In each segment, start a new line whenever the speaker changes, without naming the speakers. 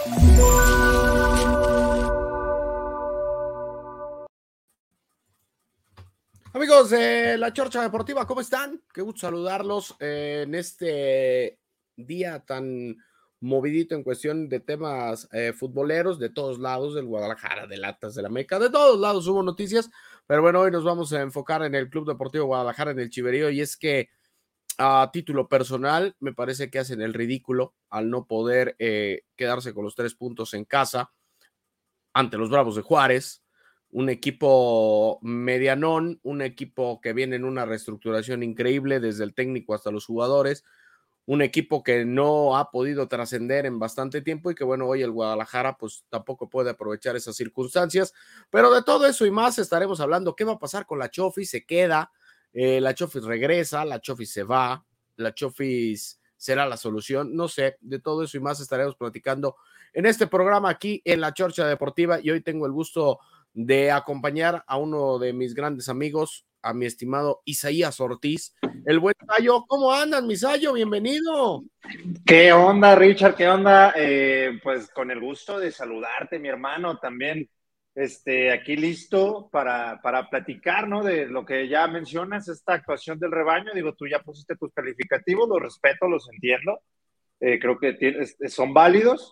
Amigos de La Chorcha Deportiva, ¿cómo están? Qué gusto saludarlos en este día tan movidito en cuestión de temas futboleros de todos lados, del Guadalajara, del Atlas, de la Meca, de todos lados hubo noticias, pero bueno, hoy nos vamos a enfocar en el Club Deportivo Guadalajara, en el Chiverío, y es que a título personal me parece que hacen el ridículo al no poder quedarse con los 3 puntos en casa ante los Bravos de Juárez, un equipo medianón, un equipo que viene en una reestructuración increíble desde el técnico hasta los jugadores, un equipo que no ha podido trascender en bastante tiempo y que bueno, hoy el Guadalajara pues tampoco puede aprovechar esas circunstancias, pero de todo eso y más estaremos hablando. ¿Qué va a pasar con la Chofis? ¿Se queda? ¿La Chofis regresa? ¿La Chofis se va? ¿La Chofis será la solución? No sé, de todo eso y más estaremos platicando en este programa aquí en La Chorcha Deportiva, y hoy tengo el gusto de acompañar a uno de mis grandes amigos, a mi estimado Isaías Ortiz, el buen Sayo. ¿Cómo andas, mi Sayo? Bienvenido.
¿Qué onda, Richard? ¿Qué onda? Pues con el gusto de saludarte, mi hermano, también. Aquí listo para platicar, ¿no? De lo que ya mencionas, esta actuación del rebaño. Digo, tú ya pusiste tus calificativos, los respeto, los entiendo. Creo que son válidos.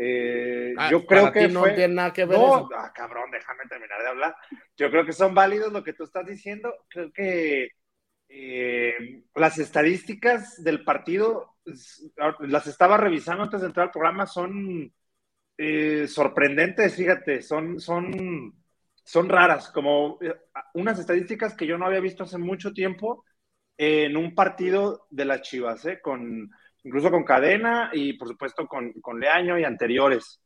Yo creo
para
que
ti no
fue...
tiene nada que ver
No,
eso.
cabrón, déjame terminar de hablar. Yo creo que son válidos lo que tú estás diciendo. Creo que las estadísticas del partido, las estaba revisando antes de entrar al programa, son sorprendentes, fíjate, son raras, como unas estadísticas que yo no había visto hace mucho tiempo en un partido de las Chivas, incluso con Cadena y por supuesto con Leaño y anteriores.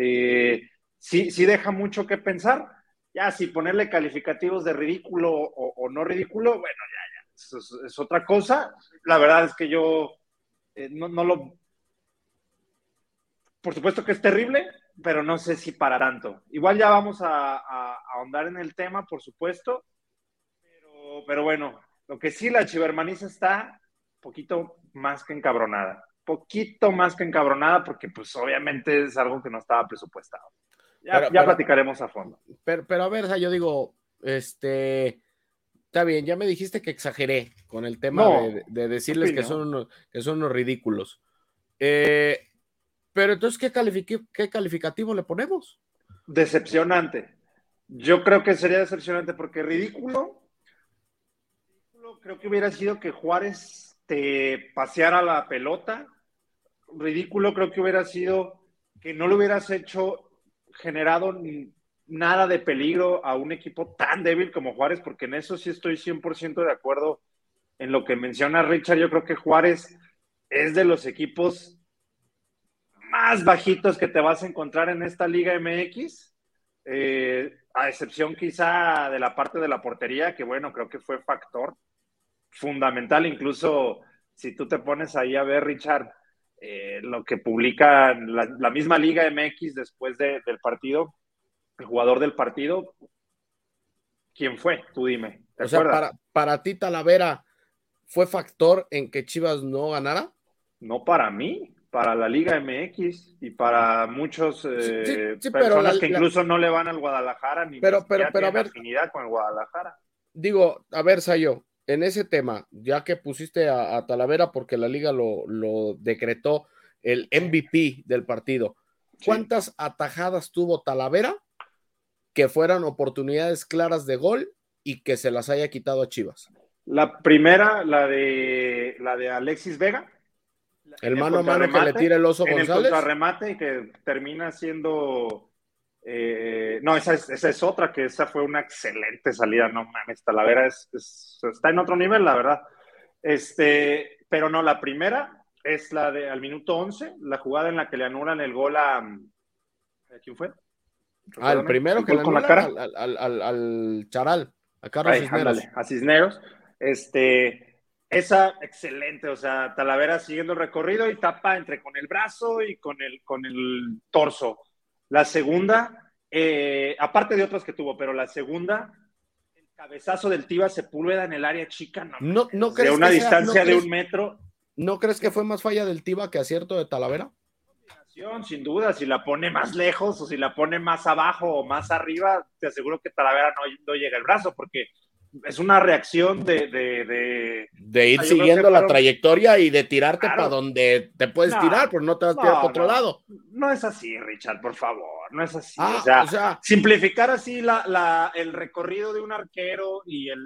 Sí deja mucho que pensar. Ya si ponerle calificativos de ridículo o no ridículo, bueno, eso es otra cosa. La verdad es que yo no lo... Por supuesto que es terrible, pero no sé si para tanto. Igual ya vamos a ahondar en el tema, por supuesto, pero bueno, lo que sí, la chivermaniza está poquito más que encabronada. Poquito más que encabronada porque pues obviamente es algo que no estaba presupuestado. Ya platicaremos a fondo.
Pero a ver, o sea, yo digo, está bien, ya me dijiste que exageré con el tema de decirles que son unos ridículos. Pero entonces, ¿qué calificativo le ponemos?
Decepcionante. Yo creo que sería decepcionante porque ridículo creo que hubiera sido que Juárez te paseara la pelota. Ridículo creo que hubiera sido que no le hubieras generado nada de peligro a un equipo tan débil como Juárez, porque en eso sí estoy 100% de acuerdo en lo que menciona Richard. Yo creo que Juárez es de los equipos más bajitos que te vas a encontrar en esta Liga MX, a excepción quizá de la parte de la portería, que bueno, creo que fue factor fundamental. Incluso si tú te pones ahí a ver, Richard, lo que publica la misma Liga MX después del partido, el jugador del partido, ¿quién fue? Tú dime, ¿te acuerdas?
Sea, para ti Talavera fue factor en que Chivas no ganara.
No para mí, para la Liga MX y para muchos
sí,
personas que incluso no le van al Guadalajara ni siquiera tienen afinidad con el Guadalajara.
Digo, a ver, Sayo, en ese tema, ya que pusiste a Talavera porque la liga lo decretó el MVP del partido, ¿cuántas atajadas tuvo Talavera que fueran oportunidades claras de gol y que se las haya quitado a Chivas?
La primera, la de Alexis Vega.
El mano a mano que le tira el Oso González.
En el contrarremate y que termina siendo... no, esa es otra, que esa fue una excelente salida. No mames, Talavera está en otro nivel, la verdad. Pero no, la primera es la de al minuto 11, la jugada en la que le anulan el gol ¿a quién fue?
El primero que le anulan al Charal, a Carlos Cisneros.
Ándale, a Cisneros. Esa excelente, o sea, Talavera siguiendo el recorrido y tapa entre con el brazo y con el torso. La segunda, aparte de otras que tuvo, pero la segunda, el cabezazo del Tiva Sepúlveda en el área chica,
no crees
de una distancia de 1 metro.
¿No crees que fue más falla del Tiva que acierto de Talavera?
Sin duda, si la pone más lejos o si la pone más abajo o más arriba, te aseguro que Talavera no llega el brazo, porque es una reacción
de
o
ir
sea, yo creo que
siguiendo la
fueron,
trayectoria y de tirarte para
claro,
donde te puedes tirar,
no,
pero no te vas a tirar para
no,
otro
no,
lado.
no es así, Richard, por favor, no es así. O
O
sea,
sea,
simplificar así el recorrido de un arquero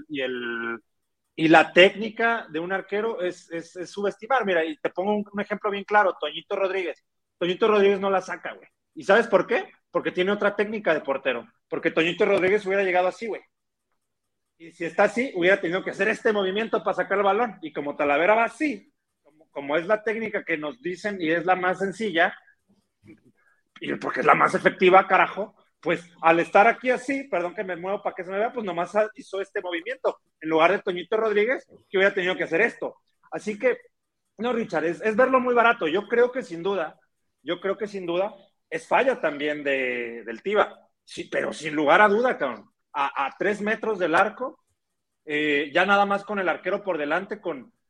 y la técnica de un arquero es subestimar. Mira, y te pongo un ejemplo bien claro, Toñito Rodríguez. Toñito Rodríguez no la saca, güey. ¿Y sabes por qué? Porque tiene otra técnica de portero. Porque Toñito Rodríguez hubiera llegado así, güey. Y si está así, hubiera tenido que hacer este movimiento para sacar el balón. Y como Talavera va así, como es la técnica que nos dicen y es la más sencilla, y porque es la más efectiva, carajo, pues al estar aquí así, perdón que me muevo para que se me vea, pues nomás hizo este movimiento, en lugar de Toñito Rodríguez, que hubiera tenido que hacer esto. Así que, no, Richard, es verlo muy barato. Yo creo que sin duda es falla también del Tiva, sí, pero sin lugar a duda, cabrón. A 3 metros del arco, ya nada más con el arquero por delante,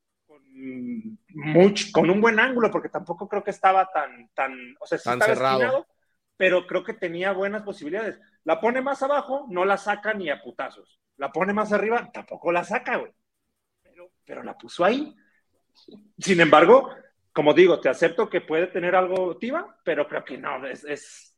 con un buen ángulo, porque tampoco creo que estaba o sea, sí
tan
estaba
cerrado.
esquinado, pero creo que tenía buenas posibilidades. La pone más abajo, no la saca ni a putazos. La pone más arriba, tampoco la saca, güey. Pero la puso ahí. Sin embargo, como digo, te acepto que puede tener algo Tiva, pero creo que no, es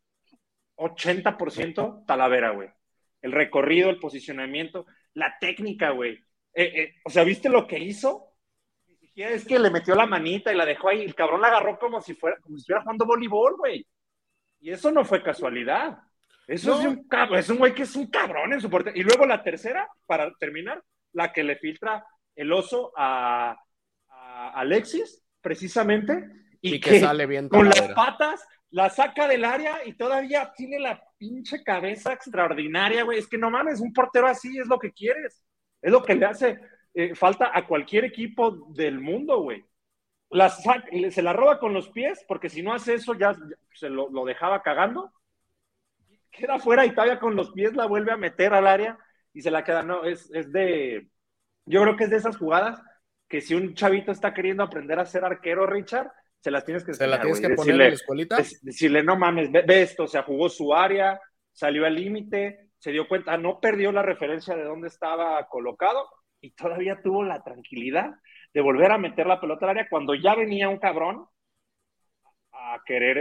80% Talavera, güey. El recorrido, el posicionamiento, la técnica, güey. O sea, ¿viste lo que hizo? Es que le metió la manita y la dejó ahí. El cabrón la agarró como si estuviera jugando voleibol, güey. Y eso no fue casualidad. Eso es de
No,
un cabrón, es un güey que es un cabrón en su portería. Y luego la tercera, para terminar, la que le filtra el oso a Alexis, precisamente, y
y que
que
sale bien
con las
Talavera.
patas la saca del área y todavía tiene la pinche cabeza extraordinaria, güey. Es que no mames, un portero así es lo que quieres. Es lo que le hace falta a cualquier equipo del mundo, güey. Se la roba con los pies, porque si no hace eso ya se lo dejaba cagando. Queda fuera y todavía con los pies la vuelve a meter al área y se la queda. No, yo creo que es de esas jugadas que si un chavito está queriendo aprender a ser arquero, Richard, se las tienes que
¿Se la
enseñar,
tienes
güey.
que poner en la escuelita?
Decirle, no mames, ve esto, o sea, jugó su área, salió al límite, se dio cuenta, no perdió la referencia de dónde estaba colocado y todavía tuvo la tranquilidad de volver a meter la pelota al área cuando ya venía un cabrón a querer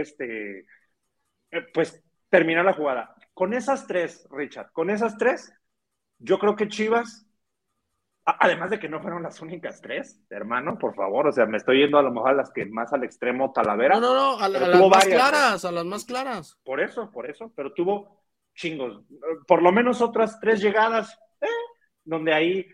pues terminar la jugada. Con esas tres, Richard, con esas tres, yo creo que Chivas, además de que no fueron las únicas tres, hermano, por favor, o sea, me estoy yendo a lo mejor a las que más al extremo
No,
Talavera,
no, no,
pero
a las
tuvo
más
varias, güey.
claras, a las más claras.
Por eso, pero tuvo chingos. Por lo menos otras tres llegadas, donde ahí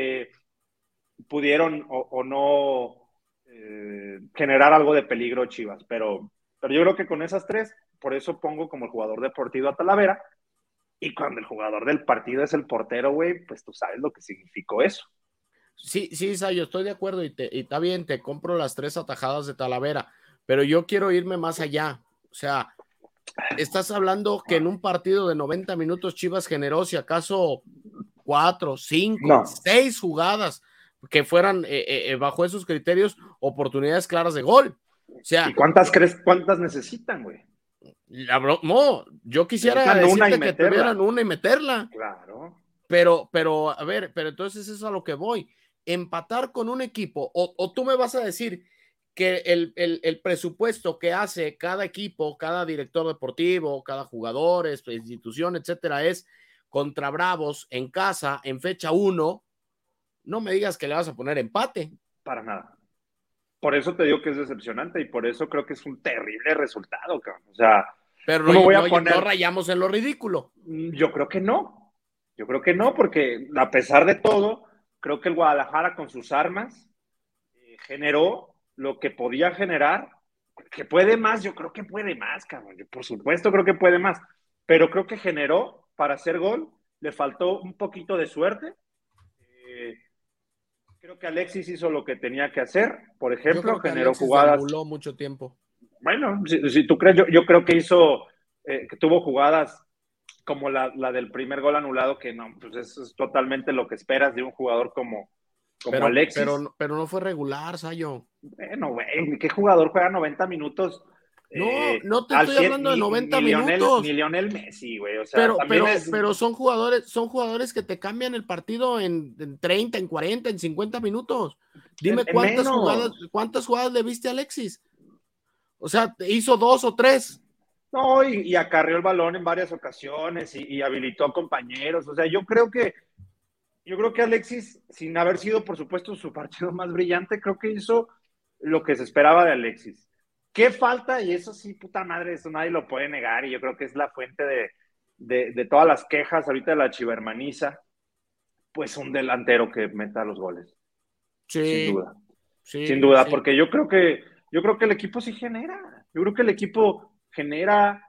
pudieron o no generar algo de peligro Chivas, pero yo creo que con esas tres, por eso pongo como el jugador deportivo a Talavera, y cuando el jugador del partido es el portero, güey, pues tú sabes lo que significó eso.
Sí, sí, Sayo, estoy de acuerdo y está bien, te compro las 3 atajadas de Talavera, pero yo quiero irme más allá. O sea, estás hablando que en un partido de 90 minutos Chivas generó, si acaso, 4, 5,
No.
6 jugadas que fueran bajo esos criterios, oportunidades claras de gol. O
¿Y
sea,
cuántas necesitan, güey?
no, yo quisiera
Necesitan una y
decirte que
meterla.
tuvieran una y meterla.
Claro.
Pero, a ver, pero entonces eso es a lo que voy. Empatar con un equipo, o tú me vas a decir que el presupuesto que hace cada equipo, cada director deportivo, cada jugador, institución, etcétera, es contra Bravos en casa, en fecha 1, no me digas que le vas a poner empate.
Para nada. Por eso te digo que es decepcionante y por eso creo que es un terrible resultado, cabrón. O sea,
Pero
no me voy a
no
poner.
rayamos en lo ridículo.
Yo creo que no. Yo creo que no, porque a pesar de todo, creo que el Guadalajara con sus armas generó lo que podía generar. Que puede más, yo creo que puede más, cabrón. Yo, por supuesto, creo que puede más. Pero creo que generó para hacer gol. Le faltó un poquito de suerte. Creo que Alexis hizo lo que tenía que hacer. Por
Yo
ejemplo,
creo que
generó
Alexis
jugadas.
deambuló mucho tiempo.
Bueno, si tú crees, yo creo que que tuvo jugadas como la del primer gol anulado, que no, pues eso es totalmente lo que esperas de un jugador como Alexis.
Pero no fue regular, Sayo.
Bueno, güey, ¿qué jugador juega 90 minutos
No te estoy hablando de 90 minutos.
Ni Lionel Messi, güey. O sea,
pero son jugadores que te cambian el partido en 30, en 40, en 50 minutos. Dime cuántas jugadas le viste a Alexis. O sea, hizo 2 o 3.
No, y acarreó el balón en varias ocasiones y habilitó a compañeros. O sea, yo creo que Alexis, sin haber sido, por supuesto, su partido más brillante, creo que hizo lo que se esperaba de Alexis. ¿Qué falta? Y eso sí, puta madre, eso nadie lo puede negar, y yo creo que es la fuente de todas las quejas ahorita de la chivermaniza, pues un delantero que meta los goles.
Sí.
Sin duda.
Sí,
sin duda, sí. Porque yo creo que el equipo sí genera. Yo creo que el equipo genera,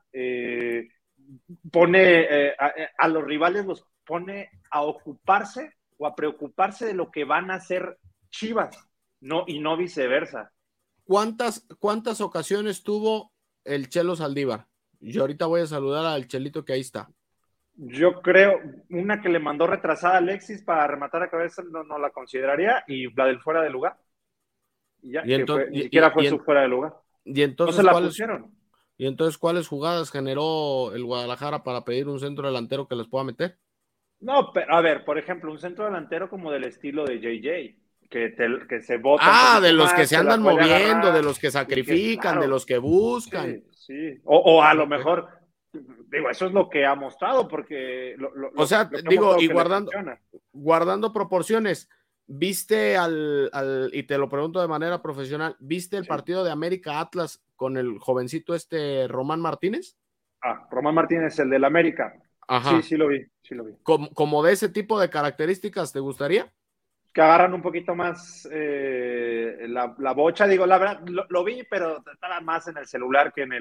pone a los rivales, los pone a ocuparse o a preocuparse de lo que van a hacer Chivas, y no viceversa.
¿Cuántas ocasiones tuvo el Chelo Saldívar? Yo ahorita voy a saludar al Chelito que ahí está.
Yo creo, una que le mandó retrasada a Alexis para rematar a cabeza, no la consideraría, y la del fuera de lugar. Y ya, ni siquiera fue su fuera de lugar.
Y entonces,
no se la pusieron.
¿Y entonces cuáles jugadas generó el Guadalajara para pedir un centro delantero que les pueda meter?
No, pero a ver, por ejemplo, un centro delantero como del estilo de JJ, que se bota.
De los que se andan moviendo, agarrar, de los que sacrifican, claro, de los que buscan.
Sí. O a lo mejor, digo, eso es lo que ha mostrado, porque
y guardando proporciones, ¿viste y te lo pregunto de manera profesional, ¿viste el partido de América Atlas con el jovencito Román Martínez?
Román Martínez, el del América.
Ajá.
Sí lo vi.
¿Como de ese tipo de características te gustaría?
Que agarran un poquito más la bocha, digo, la verdad, lo vi, pero estaba más en el celular que en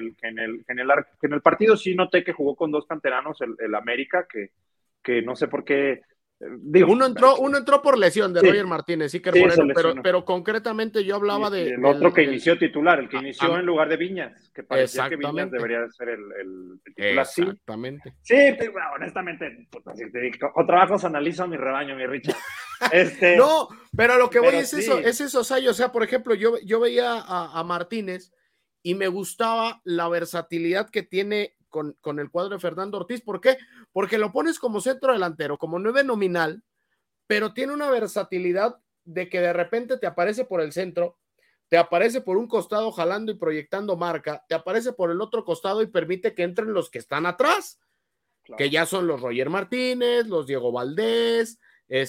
el partido. Sí noté que jugó con 2 canteranos el América, que no sé por qué. Digo,
uno entró por lesión de Roger Martínez, Iker Moreno, pero concretamente yo hablaba de...
El otro que inició titular, el que inició en lugar de Viñas, que parecía que Viñas debería ser el titular.
Exactamente.
Sí, pero, honestamente, con trabajos analizo mi rebaño, mi Richard.
No, pero lo que voy es eso, Sayo. O sea, por ejemplo, yo veía a Martínez y me gustaba la versatilidad que tiene con el cuadro de Fernando Ortiz. ¿Por qué? Porque lo pones como centro delantero, como 9 nominal, pero tiene una versatilidad de que de repente te aparece por el centro, te aparece por un costado jalando y proyectando marca, te aparece por el otro costado y permite que entren los que están atrás, claro, que ya son los Roger Martínez, los Diego Valdés,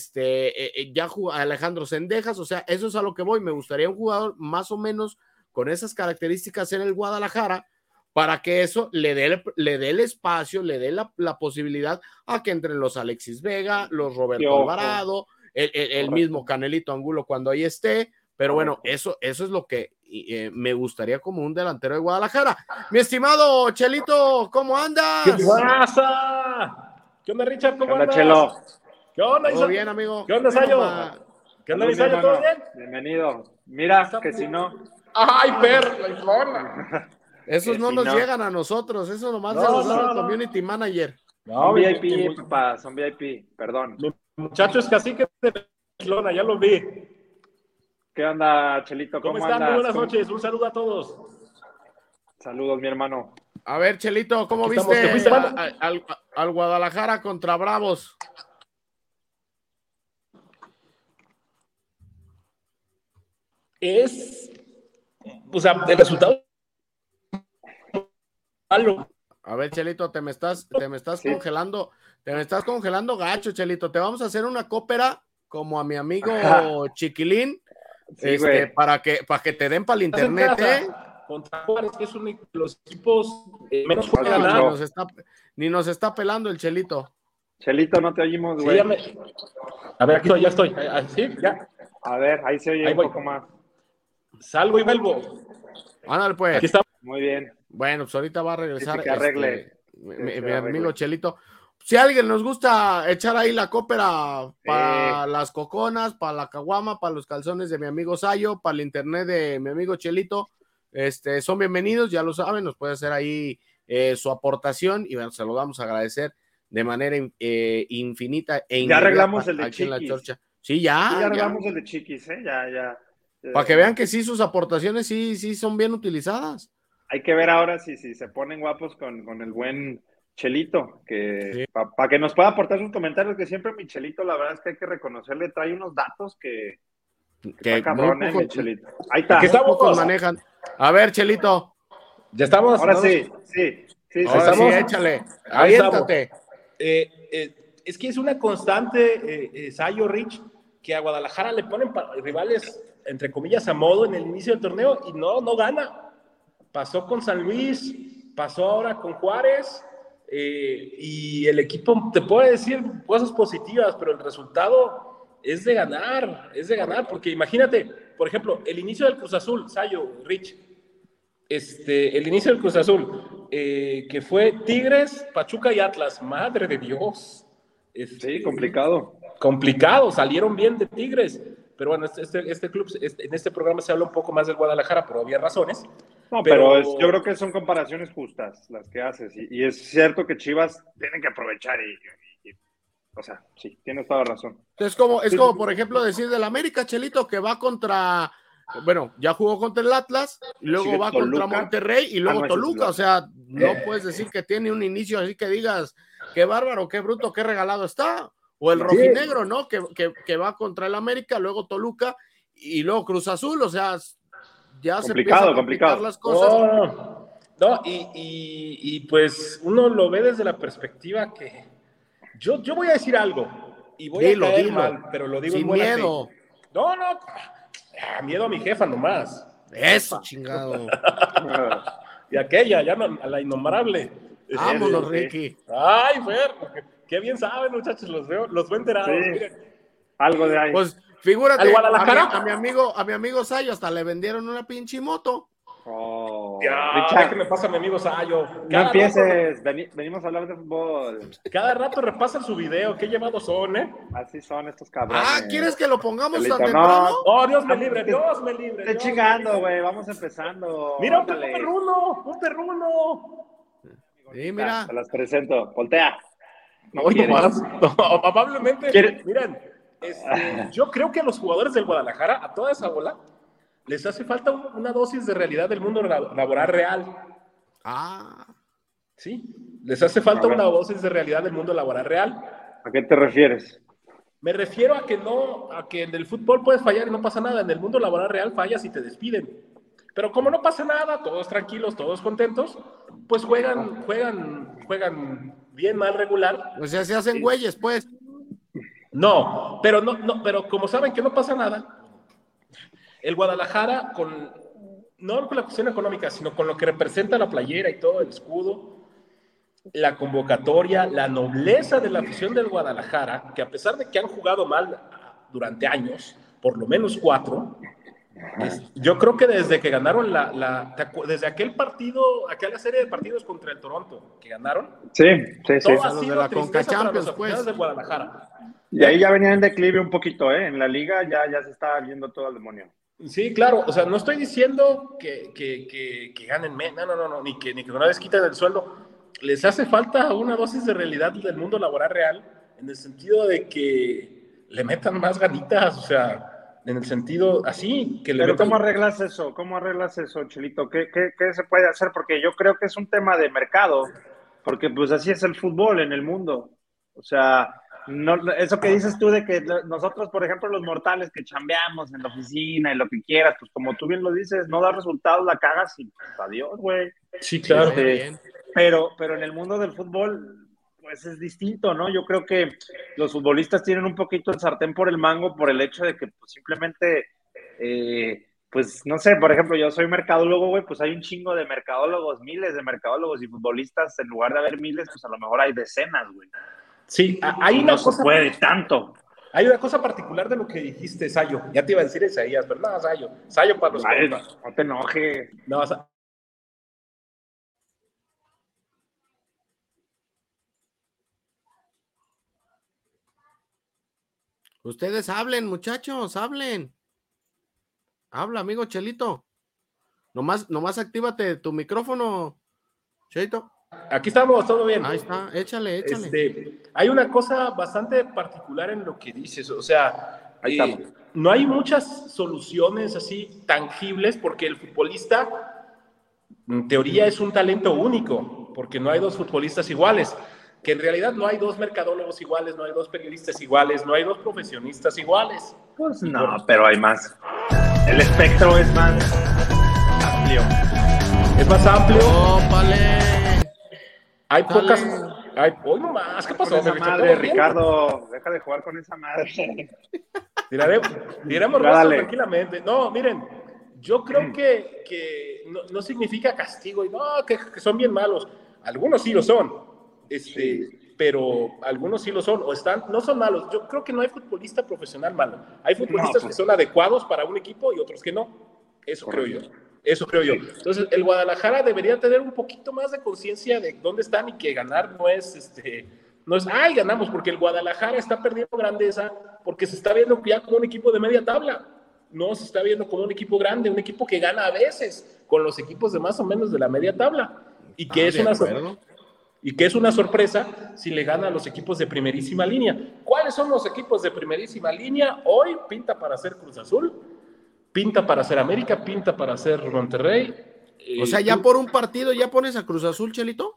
ya Alejandro Cendejas. O sea, eso es a lo que voy. Me gustaría un jugador más o menos con esas características en el Guadalajara, para que eso le dé el espacio, le dé la posibilidad a que entren los Alexis Vega, los Roberto Alvarado, el mismo Canelito Angulo cuando ahí esté. Pero bueno, eso es lo que me gustaría como un delantero de Guadalajara. Mi estimado Chelito, ¿cómo andas?
¿Qué pasa? ¿Qué onda, Richard? ¿Cómo andas?
Chelo?
¿Qué onda,
¿Todo bien, amigo?
¿Qué onda, Sayo? ¿Qué onda, Sayo? ¿Todo bien?
Bienvenido. Mira, que si no...
¡Ay, perro! La islona.
Esos no nos llegan a nosotros, eso nomás se los da el community manager.
Son VIP, papá, son VIP, perdón.
Mi muchacho es cacique de Barcelona, ya lo vi.
¿Qué onda, Chelito?
¿Cómo están? Muy buenas noches, un saludo a todos.
Saludos, mi hermano.
A ver, Chelito, ¿cómo viste al Guadalajara contra Bravos?
El resultado.
A ver, Chelito, te me estás congelando, gacho, Chelito. Te vamos a hacer una cópera como a mi amigo Chiquilín, sí, para que te den para el internet,
Contra Juárez, que es uno de los equipos menos jugados.
Ni nos está pelando el Chelito.
Chelito, no te oímos, güey.
Sí, a ver, aquí estoy, ya estoy. ¿Sí? ¿Ya?
A ver, ahí se oye ahí un poco más.
Salgo y vuelvo.
Ándale, pues.
Aquí está.
Muy bien.
Bueno, pues ahorita va a regresar
que arregle.
Mi amigo Chelito. Si a alguien nos gusta echar ahí la cópera para las coconas, para la caguama, para los calzones de mi amigo Sayo, para el internet de mi amigo Chelito, son bienvenidos, ya lo saben, nos puede hacer ahí su aportación y bueno, se lo vamos a agradecer de manera infinita e
ya arreglamos el de
Chiquis.
Sí, ya arreglamos el de Chiquis, ya.
Para que vean que sí, sus aportaciones sí son bien utilizadas.
Hay que ver ahora si se ponen guapos con el buen Chelito, que
Sí.
para que nos pueda aportar sus comentarios, que siempre mi Chelito, la verdad es que hay que reconocerle, trae unos datos que está
muy
cabrón, mi
pocos,
Chelito. Ahí está.
Aquí
muy
estamos.
pocos manejan. A ver, Chelito.
Ya estamos.
Ahora
¿no?
sí.
Ahora sí,
¿Estamos?
échale.
Ahí estamos.
Aviéntate.
Es que es una constante, Sayo Rich, que a Guadalajara le ponen rivales, entre comillas, a modo en el inicio del torneo y no gana. Pasó con San Luis, pasó ahora con Juárez, y el equipo te puede decir cosas positivas, pero el resultado es de ganar, porque imagínate, por ejemplo, el inicio del Cruz Azul, Sayo Rich, el inicio del Cruz Azul, que fue Tigres, Pachuca y Atlas, madre de Dios.
Sí, complicado.
Complicado, salieron bien de Tigres, pero bueno, este club, en este programa se habla un poco más del Guadalajara por obvias razones.
No, pero yo creo que son comparaciones justas las que haces, y es cierto que Chivas tienen que aprovechar y o sea, sí, tienes toda la razón.
Es como, por ejemplo, decir del América, Chelito, que va contra, bueno, ya jugó contra el Atlas, y luego va
Toluca,
contra Monterrey y luego Toluca. O sea, no puedes decir que tiene un inicio así que digas, qué bárbaro, qué bruto, qué regalado está. O el rojinegro, ¿no? Que va contra el América, luego Toluca y luego Cruz Azul. O sea, ya se empiezan a complicar las cosas.
No, y pues uno lo ve desde la perspectiva que yo voy a decir algo y voy a caer mal, pero lo digo
sin
en buena
miedo.
fe. No, miedo a mi jefa nomás.
Eso, chingado.
Y aquella, ya no, a la innombrable.
Vámonos, Ricky.
Ay, Fer, qué bien saben, muchachos, los veo enterados.
Sí.
Miren.
Algo de ahí.
Pues figúrate,
¿Al Guadalajara?
a mi amigo Sayo hasta le vendieron una pinche moto.
Richard, ¿qué me pasa a mi amigo Sayo?
No empieces, venimos a hablar de fútbol.
Cada rato repasan su video, qué llevados son, ¿eh?
Así son estos cabrones.
¿Quieres que lo pongamos tan
temprano?
No, Dios me libre, Dios me libre.
Estoy chingando, güey, vamos empezando.
Mira, un perruno.
Sí, mira.
Te las presento, voltea.
No, amablemente, miren, yo creo que a los jugadores del Guadalajara, a toda esa bola, les hace falta una dosis de realidad del mundo laboral real. Sí, les hace falta una dosis de realidad del mundo laboral real.
¿A qué te refieres?
Me refiero a que en el fútbol puedes fallar y no pasa nada. En el mundo laboral real fallas y te despiden. Pero como no pasa nada, todos tranquilos, todos contentos, pues juegan bien, mal, regular.
O sea, se hacen güeyes, pues.
No, pero como saben que no pasa nada, el Guadalajara, no con la cuestión económica, sino con lo que representa la playera y todo, el escudo, la convocatoria, la nobleza de la afición del Guadalajara, que a pesar de que han jugado mal durante años, por lo menos 4, yo creo que desde que ganaron desde aquel partido, aquella serie de partidos contra el Toronto que ganaron,
sí.
Todo ha sido
de la
tristeza
Conca
para los
Champions,
aficionados
pues.
del Guadalajara.
Y ahí ya venía en declive un poquito, ¿eh? En la liga ya se estaba yendo todo al demonio.
Sí, claro, o sea, no estoy diciendo que ganen menos, no, ni que una vez quiten el sueldo. Les hace falta una dosis de realidad del mundo laboral real, en el sentido de que le metan más ganitas, o sea, en el sentido así, que le
Pero
metan...
¿cómo arreglas eso, Chelito? ¿Qué se puede hacer? Porque yo creo que es un tema de mercado, porque pues así es el fútbol en el mundo. O sea, no, eso que dices tú de que nosotros, por ejemplo, los mortales que chambeamos en la oficina y lo que quieras, pues como tú bien lo dices, no da resultados, la cagas y pues, adiós, güey.
Sí, claro.
Pero en el mundo del fútbol, pues es distinto, ¿no? Yo creo que los futbolistas tienen un poquito el sartén por el mango por el hecho de que pues, simplemente, pues no sé, por ejemplo, yo soy mercadólogo, güey, pues hay un chingo de mercadólogos, miles de mercadólogos y futbolistas, en lugar de haber miles, pues a lo mejor hay decenas, güey.
Sí, hay una cosa...
No se puede tanto.
Hay una cosa particular de lo que dijiste, Sayo. Ya te iba a decir Isaías, pero no, Sayo para los compas.
No te enojes.
No,
Ustedes hablen, muchachos, hablen. Habla, amigo Chelito. Nomás actívate tu micrófono, Chelito.
Aquí estamos, todo bien.
Ahí está, échale.
Hay una cosa bastante particular en lo que dices, o sea,
Ahí
no hay muchas soluciones así tangibles porque el futbolista en teoría es un talento único, porque no hay dos futbolistas iguales, que en realidad no hay dos mercadólogos iguales, no hay dos periodistas iguales, no hay dos profesionistas iguales.
Pues no, pero hay más. El espectro es más amplio.
Es más amplio.
¡Ópale!
Hay
Dale.
pocas. Hoy no más, ¿qué pasó?
Con esa madre, Ricardo, deja de jugar con esa madre.
Tiramos
Ya,
rostro
dale.
tranquilamente. No, miren, yo creo que no significa castigo y no, que son bien malos. Algunos sí lo son, pero algunos sí lo son, no son malos. Yo creo que no hay futbolista profesional malo. Hay futbolistas que son adecuados para un equipo y otros que no. Eso creo yo. Entonces, el Guadalajara debería tener un poquito más de conciencia de dónde están y que ganar no es, ay, ganamos, porque el Guadalajara está perdiendo grandeza porque se está viendo ya como un equipo de media tabla. No se está viendo como un equipo grande, un equipo que gana a veces con los equipos de más o menos de la media tabla. Y que es una sorpresa si le gana a los equipos de primerísima línea. ¿Cuáles son los equipos de primerísima línea? Hoy pinta para ser Cruz Azul, pinta para ser América, pinta para ser Monterrey.
O sea, ya por un partido ya pones a Cruz Azul, Chelito.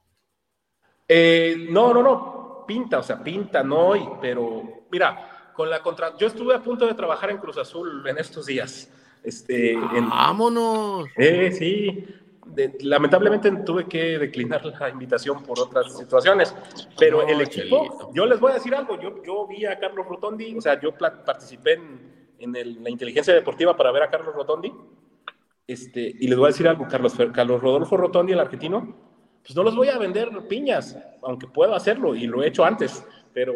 No, pinta, no hoy, pero mira, yo estuve a punto de trabajar en Cruz Azul en estos días.
¡Vámonos!
Sí, lamentablemente tuve que declinar la invitación por otras situaciones, pero el equipo, Chelito. Yo les voy a decir algo, yo vi a Carlos Rotondi, o sea, yo participé en la inteligencia deportiva para ver a Carlos Rotondi, y les voy a decir algo, Carlos Rodolfo Rotondi, el argentino, pues no los voy a vender piñas, aunque puedo hacerlo, y lo he hecho antes, pero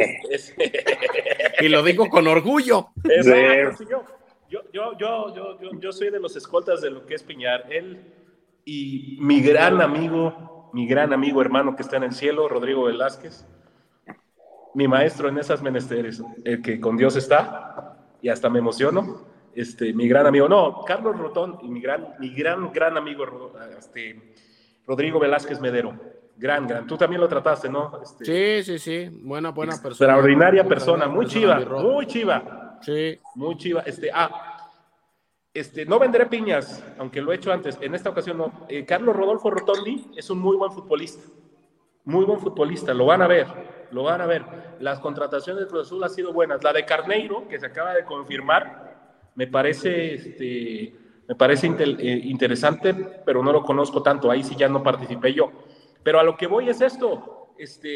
y lo digo con orgullo.
Exacto, sí, yo soy de los escoltas de lo que es Piñar. Él y mi gran amigo, hermano que está en el cielo, Rodrigo Velázquez, mi maestro en esas menesteres, el que con Dios está, y hasta me emociono, mi gran amigo, Carlos Rotón, y mi gran amigo, Rodrigo Velázquez Medero, gran, tú también lo trataste, ¿no?
Sí, buena persona.
Extraordinaria persona, muy chiva.
Sí.
Muy chiva. No venderé piñas, aunque lo he hecho antes. En esta ocasión no. Carlos Rodolfo Rotondi es un muy buen futbolista. Lo van a ver. Las contrataciones de Cruz Azul han sido buenas. La de Carneiro, que se acaba de confirmar, me parece interesante, pero no lo conozco tanto. Ahí sí ya no participé yo. Pero a lo que voy es esto.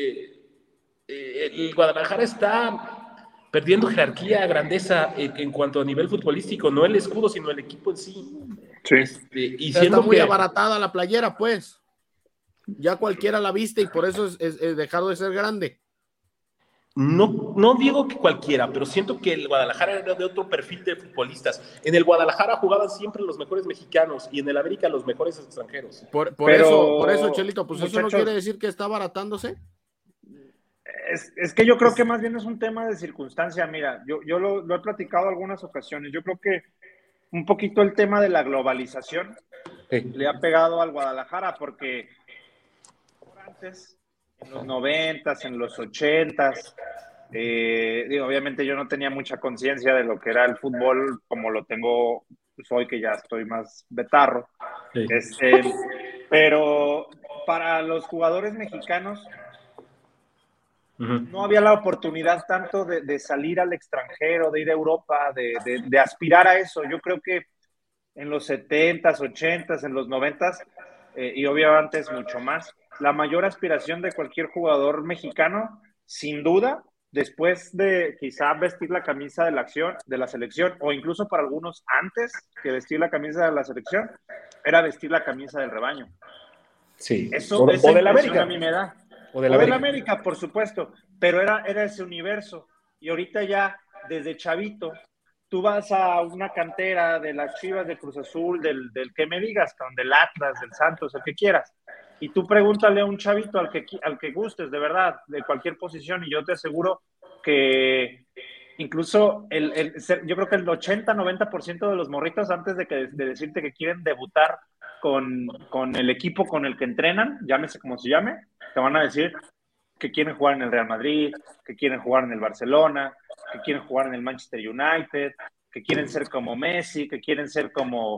El Guadalajara está perdiendo jerarquía, grandeza en cuanto a nivel futbolístico, no el escudo, sino el equipo en sí.
Y está muy abaratada la playera, pues. Ya cualquiera la viste y por eso es dejado de ser grande.
No digo que cualquiera, pero siento que el Guadalajara era de otro perfil de futbolistas. En el Guadalajara jugaban siempre los mejores mexicanos y en el América los mejores extranjeros.
Por eso, Chelito, pues muchachos, eso no quiere decir que está abaratándose.
Es que yo creo que más bien es un tema de circunstancia. Mira, yo lo he platicado algunas ocasiones. Yo creo que un poquito el tema de la globalización le ha pegado al Guadalajara porque antes, en los 90s, en los 80s, obviamente yo no tenía mucha conciencia de lo que era el fútbol como lo tengo pues, hoy que ya estoy más betarro. Sí. Pero para los jugadores mexicanos no había la oportunidad tanto de salir al extranjero, de ir a Europa, de aspirar a eso. Yo creo que en los 70s, 80s, en los 90s, y obviamente es mucho más, la mayor aspiración de cualquier jugador mexicano, sin duda, después de quizá vestir la camisa de la selección, o incluso para algunos antes que vestir la camisa de la selección, era vestir la camisa del rebaño.
Sí,
eso,
o de la América.
A mí me da.
O de la
América, por supuesto, pero era ese universo. Y ahorita ya, desde chavito, tú vas a una cantera de las Chivas, de Cruz Azul, del que me digas, del Atlas, del Santos, el que quieras. Y tú pregúntale a un chavito al que gustes, de verdad, de cualquier posición, y yo te aseguro que incluso yo creo que el 80-90% de los morritos, antes de decirte que quieren debutar con el equipo con el que entrenan, llámese como se llame, te van a decir que quieren jugar en el Real Madrid, que quieren jugar en el Barcelona, que quieren jugar en el Manchester United, que quieren ser como Messi, que quieren ser como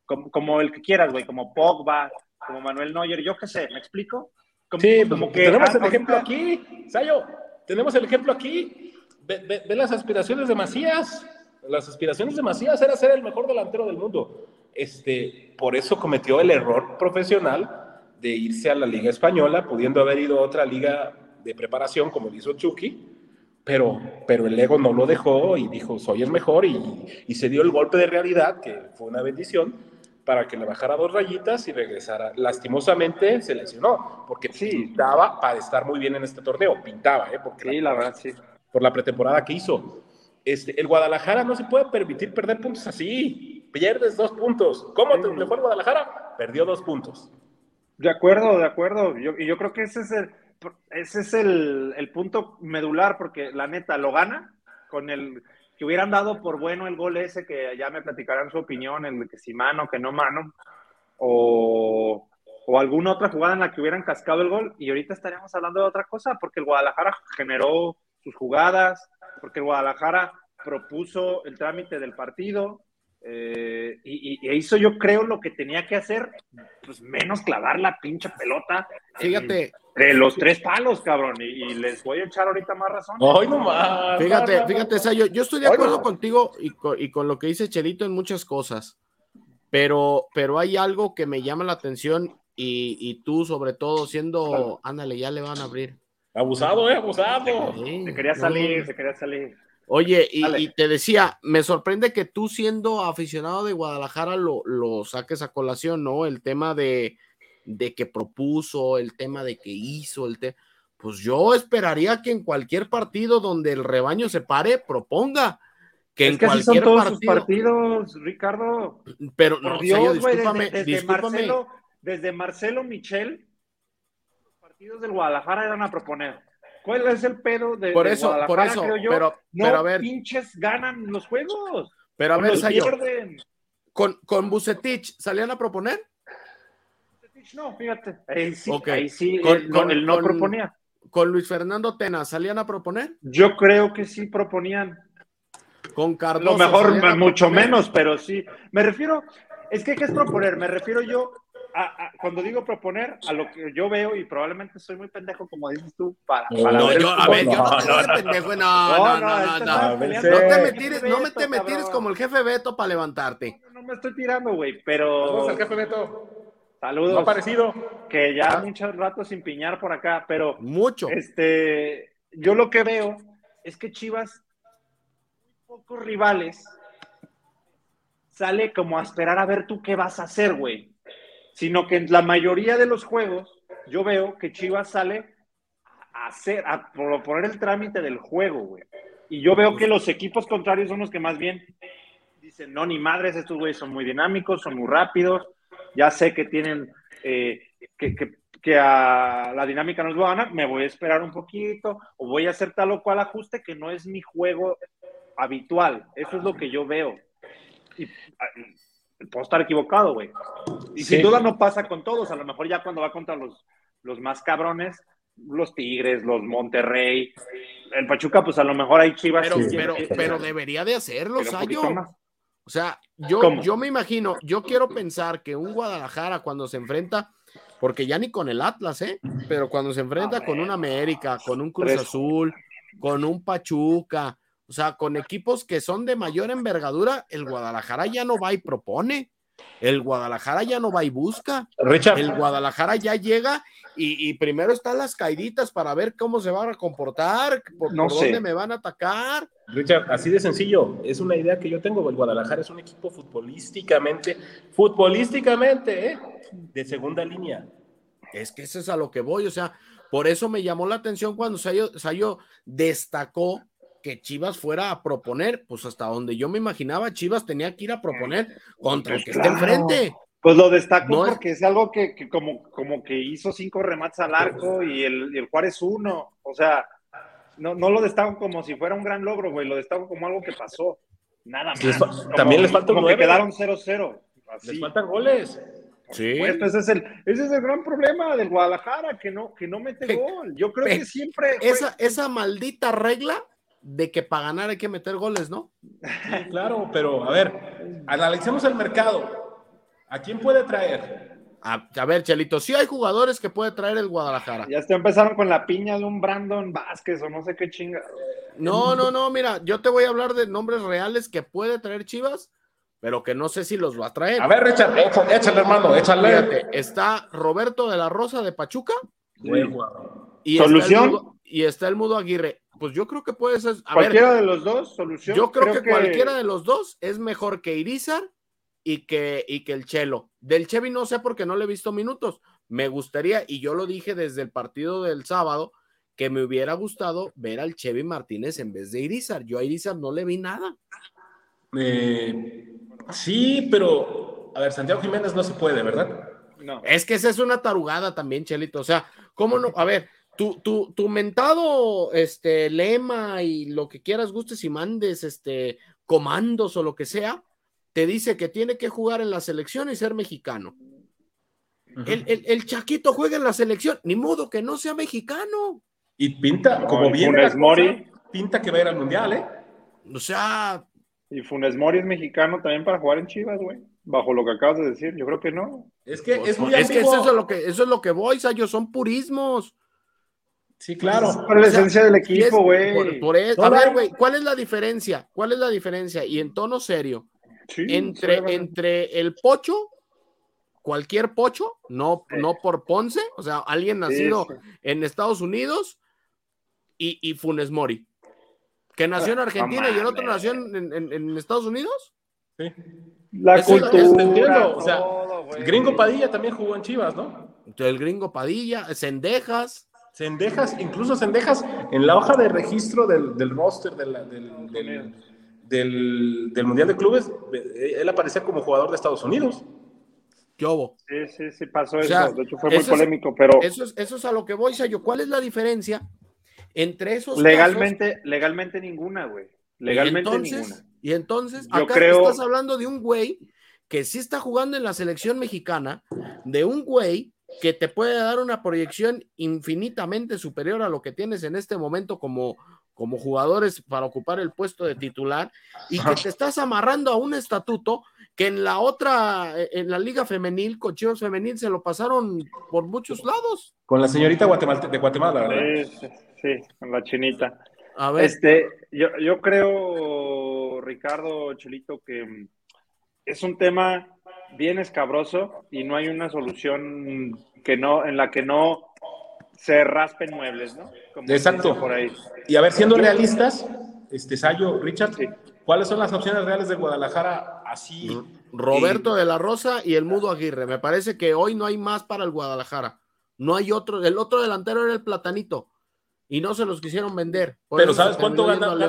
como el que quieras, güey, como Pogba, como Manuel Neuer, yo qué sé, ¿me explico?
Sí, como que tenemos el ejemplo aquí, Sayo, tenemos el ejemplo aquí. Ve las aspiraciones de Macías. Las aspiraciones de Macías era ser el mejor delantero del mundo. Por eso cometió el error profesional de irse a la Liga Española, pudiendo haber ido a otra liga de preparación como lo hizo Chucky, pero el ego no lo dejó y dijo, soy el mejor, y se dio el golpe de realidad, que fue una bendición, para que le bajara 2 rayitas y regresara. Lastimosamente se lesionó, porque pintaba para estar muy bien en este torneo, pintaba, porque
sí, la verdad, sí.
Por la pretemporada que hizo. El Guadalajara no se puede permitir perder puntos así. Pierdes 2 puntos. ¿Cómo le fue al Guadalajara? Perdió 2 puntos.
De acuerdo. Yo creo que ese es el punto medular, porque la neta lo gana con el que hubieran dado por bueno el gol ese, que ya me platicarán su opinión, el de que si mano, que no mano, o alguna otra jugada en la que hubieran cascado el gol, y ahorita estaríamos hablando de otra cosa, porque el Guadalajara generó sus jugadas, porque el Guadalajara propuso el trámite del partido, y hizo, yo creo, lo que tenía que hacer, pues menos clavar la pinche pelota.
Fíjate.
De los 3 palos, cabrón, y les voy a echar ahorita más razón.
¡Ay, no más!
Fíjate, Sayo, yo estoy de acuerdo contigo y con lo que dice Chelito en muchas cosas, pero hay algo que me llama la atención, y tú, sobre todo, siendo, ándale, ya le van a abrir.
Abusado, abusado.
Sí, se quería salir.
Oye, y te decía, me sorprende que tú, siendo aficionado de Guadalajara, lo saques a colación, ¿no? El tema de que propuso, el tema de que hizo, pues yo esperaría que en cualquier partido donde el rebaño se pare, proponga. Que en
así son todos sus partidos, Ricardo.
Pero no,
Dios,
discúlpame.
Desde Marcelo Michel, los partidos del Guadalajara eran a proponer. ¿Cuál es el pedo de Guadalajara?
Por eso,
creo yo?
pero a ver,
pinches ganan los juegos.
Pero a ver, Sayo,
pierden.
¿Con Vucetich salían a proponer?
No, fíjate. Ahí sí,
okay.
Él no proponía.
¿Con Luis Fernando Tena salían a proponer?
Yo creo que sí proponían.
Con Cardoso.
Lo mejor, mucho menos, pero sí. Me refiero, ¿qué es proponer? Me refiero yo cuando digo proponer, a lo que yo veo, y probablemente soy muy pendejo, como dices tú, para
yo no soy pendejo, no te tires como el jefe Beto para levantarte.
No me estoy tirando, güey, pero...
Saludos al jefe Beto.
Saludos.
No ha aparecido.
Que ya muchos ratos sin piñar por acá, pero...
Mucho.
Yo lo que veo es que Chivas, muy pocos rivales, sale como a esperar a ver tú qué vas a hacer, güey. Sino que en la mayoría de los juegos, yo veo que Chivas sale a proponer el trámite del juego, güey. Y yo veo que los equipos contrarios son los que más bien dicen, no, ni madres, estos güeyes son muy dinámicos, son muy rápidos, ya sé que tienen, que a la dinámica nos va a ganar, me voy a esperar un poquito, o voy a hacer tal o cual ajuste que no es mi juego habitual. Eso es lo que yo veo. Y puedo estar equivocado, güey. Y sin duda no pasa con todos. A lo mejor ya cuando va contra los más cabrones, los Tigres, los Monterrey, el Pachuca, pues a lo mejor hay Chivas.
Pero debería de hacerlo, Sayo. O sea, yo me imagino, yo quiero pensar que un Guadalajara cuando se enfrenta, porque ya ni con el Atlas, pero cuando se enfrenta con un América, con un Cruz Azul, con un Pachuca, o sea, con equipos que son de mayor envergadura, el Guadalajara ya no va y propone, el Guadalajara ya no va y busca,
Richard.
El Guadalajara ya llega y primero están las caiditas para ver cómo se van a comportar, por dónde me van a atacar.
Richard, así de sencillo, es una idea que yo tengo. El Guadalajara es un equipo futbolísticamente, de segunda línea.
Es que eso es a lo que voy, o sea, por eso me llamó la atención cuando Sayo destacó que Chivas fuera a proponer, pues hasta donde yo me imaginaba, Chivas tenía que ir a proponer contra el que esté enfrente.
Pues lo destaco porque es algo que como que hizo 5 remates al arco y el Juárez 1, o sea, no lo destaco como si fuera un gran logro, güey, lo destaco como algo que pasó, nada más.
También les falta un 9.
Que quedaron 0-0. Así.
Les faltan goles.
Sí. Pues ese es el gran problema del Guadalajara, que no mete gol. Yo creo que siempre...
Esa maldita regla de que para ganar hay que meter goles, ¿no?
Claro, pero a ver, analicemos el mercado. ¿A quién puede traer?
A ver, Chelito, sí hay jugadores que puede traer el Guadalajara.
Ya empezaron con la piña de un Brandon Vázquez o no sé qué chinga.
No, mira, yo te voy a hablar de nombres reales que puede traer Chivas, pero que no sé si los va a traer.
A ver, Richard, échale, hermano, échale.
Fíjate, está Roberto de la Rosa de Pachuca.
Sí. ¿Solución?
Está el Mudo Aguirre. Pues yo creo que puede ser.
¿Cualquiera de los dos? ¿Solución?
Yo creo que cualquiera de los dos es mejor que Irizar y que el Chelo. Del Chevy no sé porque no le he visto minutos. Me gustaría, y yo lo dije desde el partido del sábado, que me hubiera gustado ver al Chevy Martínez en vez de Irizar. Yo a Irizar no le vi nada.
Sí, pero a ver, Santiago Jiménez no se puede, ¿verdad?
No. Es que esa es una tarugada también, Chelito. O sea, ¿cómo no? A ver, tu mentado lema y lo que quieras, gustes y mandes, comandos o lo que sea, te dice que tiene que jugar en la selección y ser mexicano. Uh-huh. El Chaquito juega en la selección, ni modo que no sea mexicano.
Y pinta, como viene la cosa, pinta que va a ir al Mundial, ¿eh?
O sea...
Y Funes Mori es mexicano también para jugar en Chivas, güey. Bajo lo que acabas de decir, yo creo que no.
Es que
pues,
es muy
es que eso es lo que voy, Sayo, son purismos.
Sí, claro.
Es por la esencia del equipo, güey.
A ver, güey, ¿cuál es la diferencia? ¿Cuál es la diferencia? Y en tono serio. Sí, entre el Pocho, cualquier Pocho, no por Ponce, o sea, alguien nacido en Estados Unidos, y Funes Mori, que nació en Argentina y el otro nació en Estados Unidos.
Sí.
La cultura,
o sea, el Gringo Padilla también jugó en Chivas, ¿no?
El Gringo Padilla, Cendejas,
incluso Cendejas, en la hoja de registro del roster del Mundial de Clubes, él aparecía como jugador de Estados Unidos.
¿Qué hubo?
Sí, pasó eso. De hecho, fue muy polémico, pero...
Eso es a lo que voy, Sayo. ¿Cuál es la diferencia entre esos
Legalmente ninguna, güey. Legalmente ninguna.
Y entonces, acá estás hablando de un güey que sí está jugando en la selección mexicana, de un güey que te puede dar una proyección infinitamente superior a lo que tienes en este momento como jugadores para ocupar el puesto de titular, y que te estás amarrando a un estatuto que en la liga femenil, con Chivas Femenil, se lo pasaron por muchos lados.
Con la señorita de Guatemala, ¿verdad?
Sí, con la chinita.
A ver.
Yo creo, Ricardo, Chelito, que es un tema bien escabroso y no hay una solución en la que no se raspen muebles, ¿no? Como
exacto.
Por ahí.
Y a ver, siendo realistas, Sayo, Richard, sí. ¿Cuáles son las opciones reales de Guadalajara así?
Roberto de la Rosa y el Mudo Aguirre. Me parece que hoy no hay más para el Guadalajara. No hay otro. El otro delantero era el Platanito y no se los quisieron vender.
Pero ¿sabes cuánto ganaba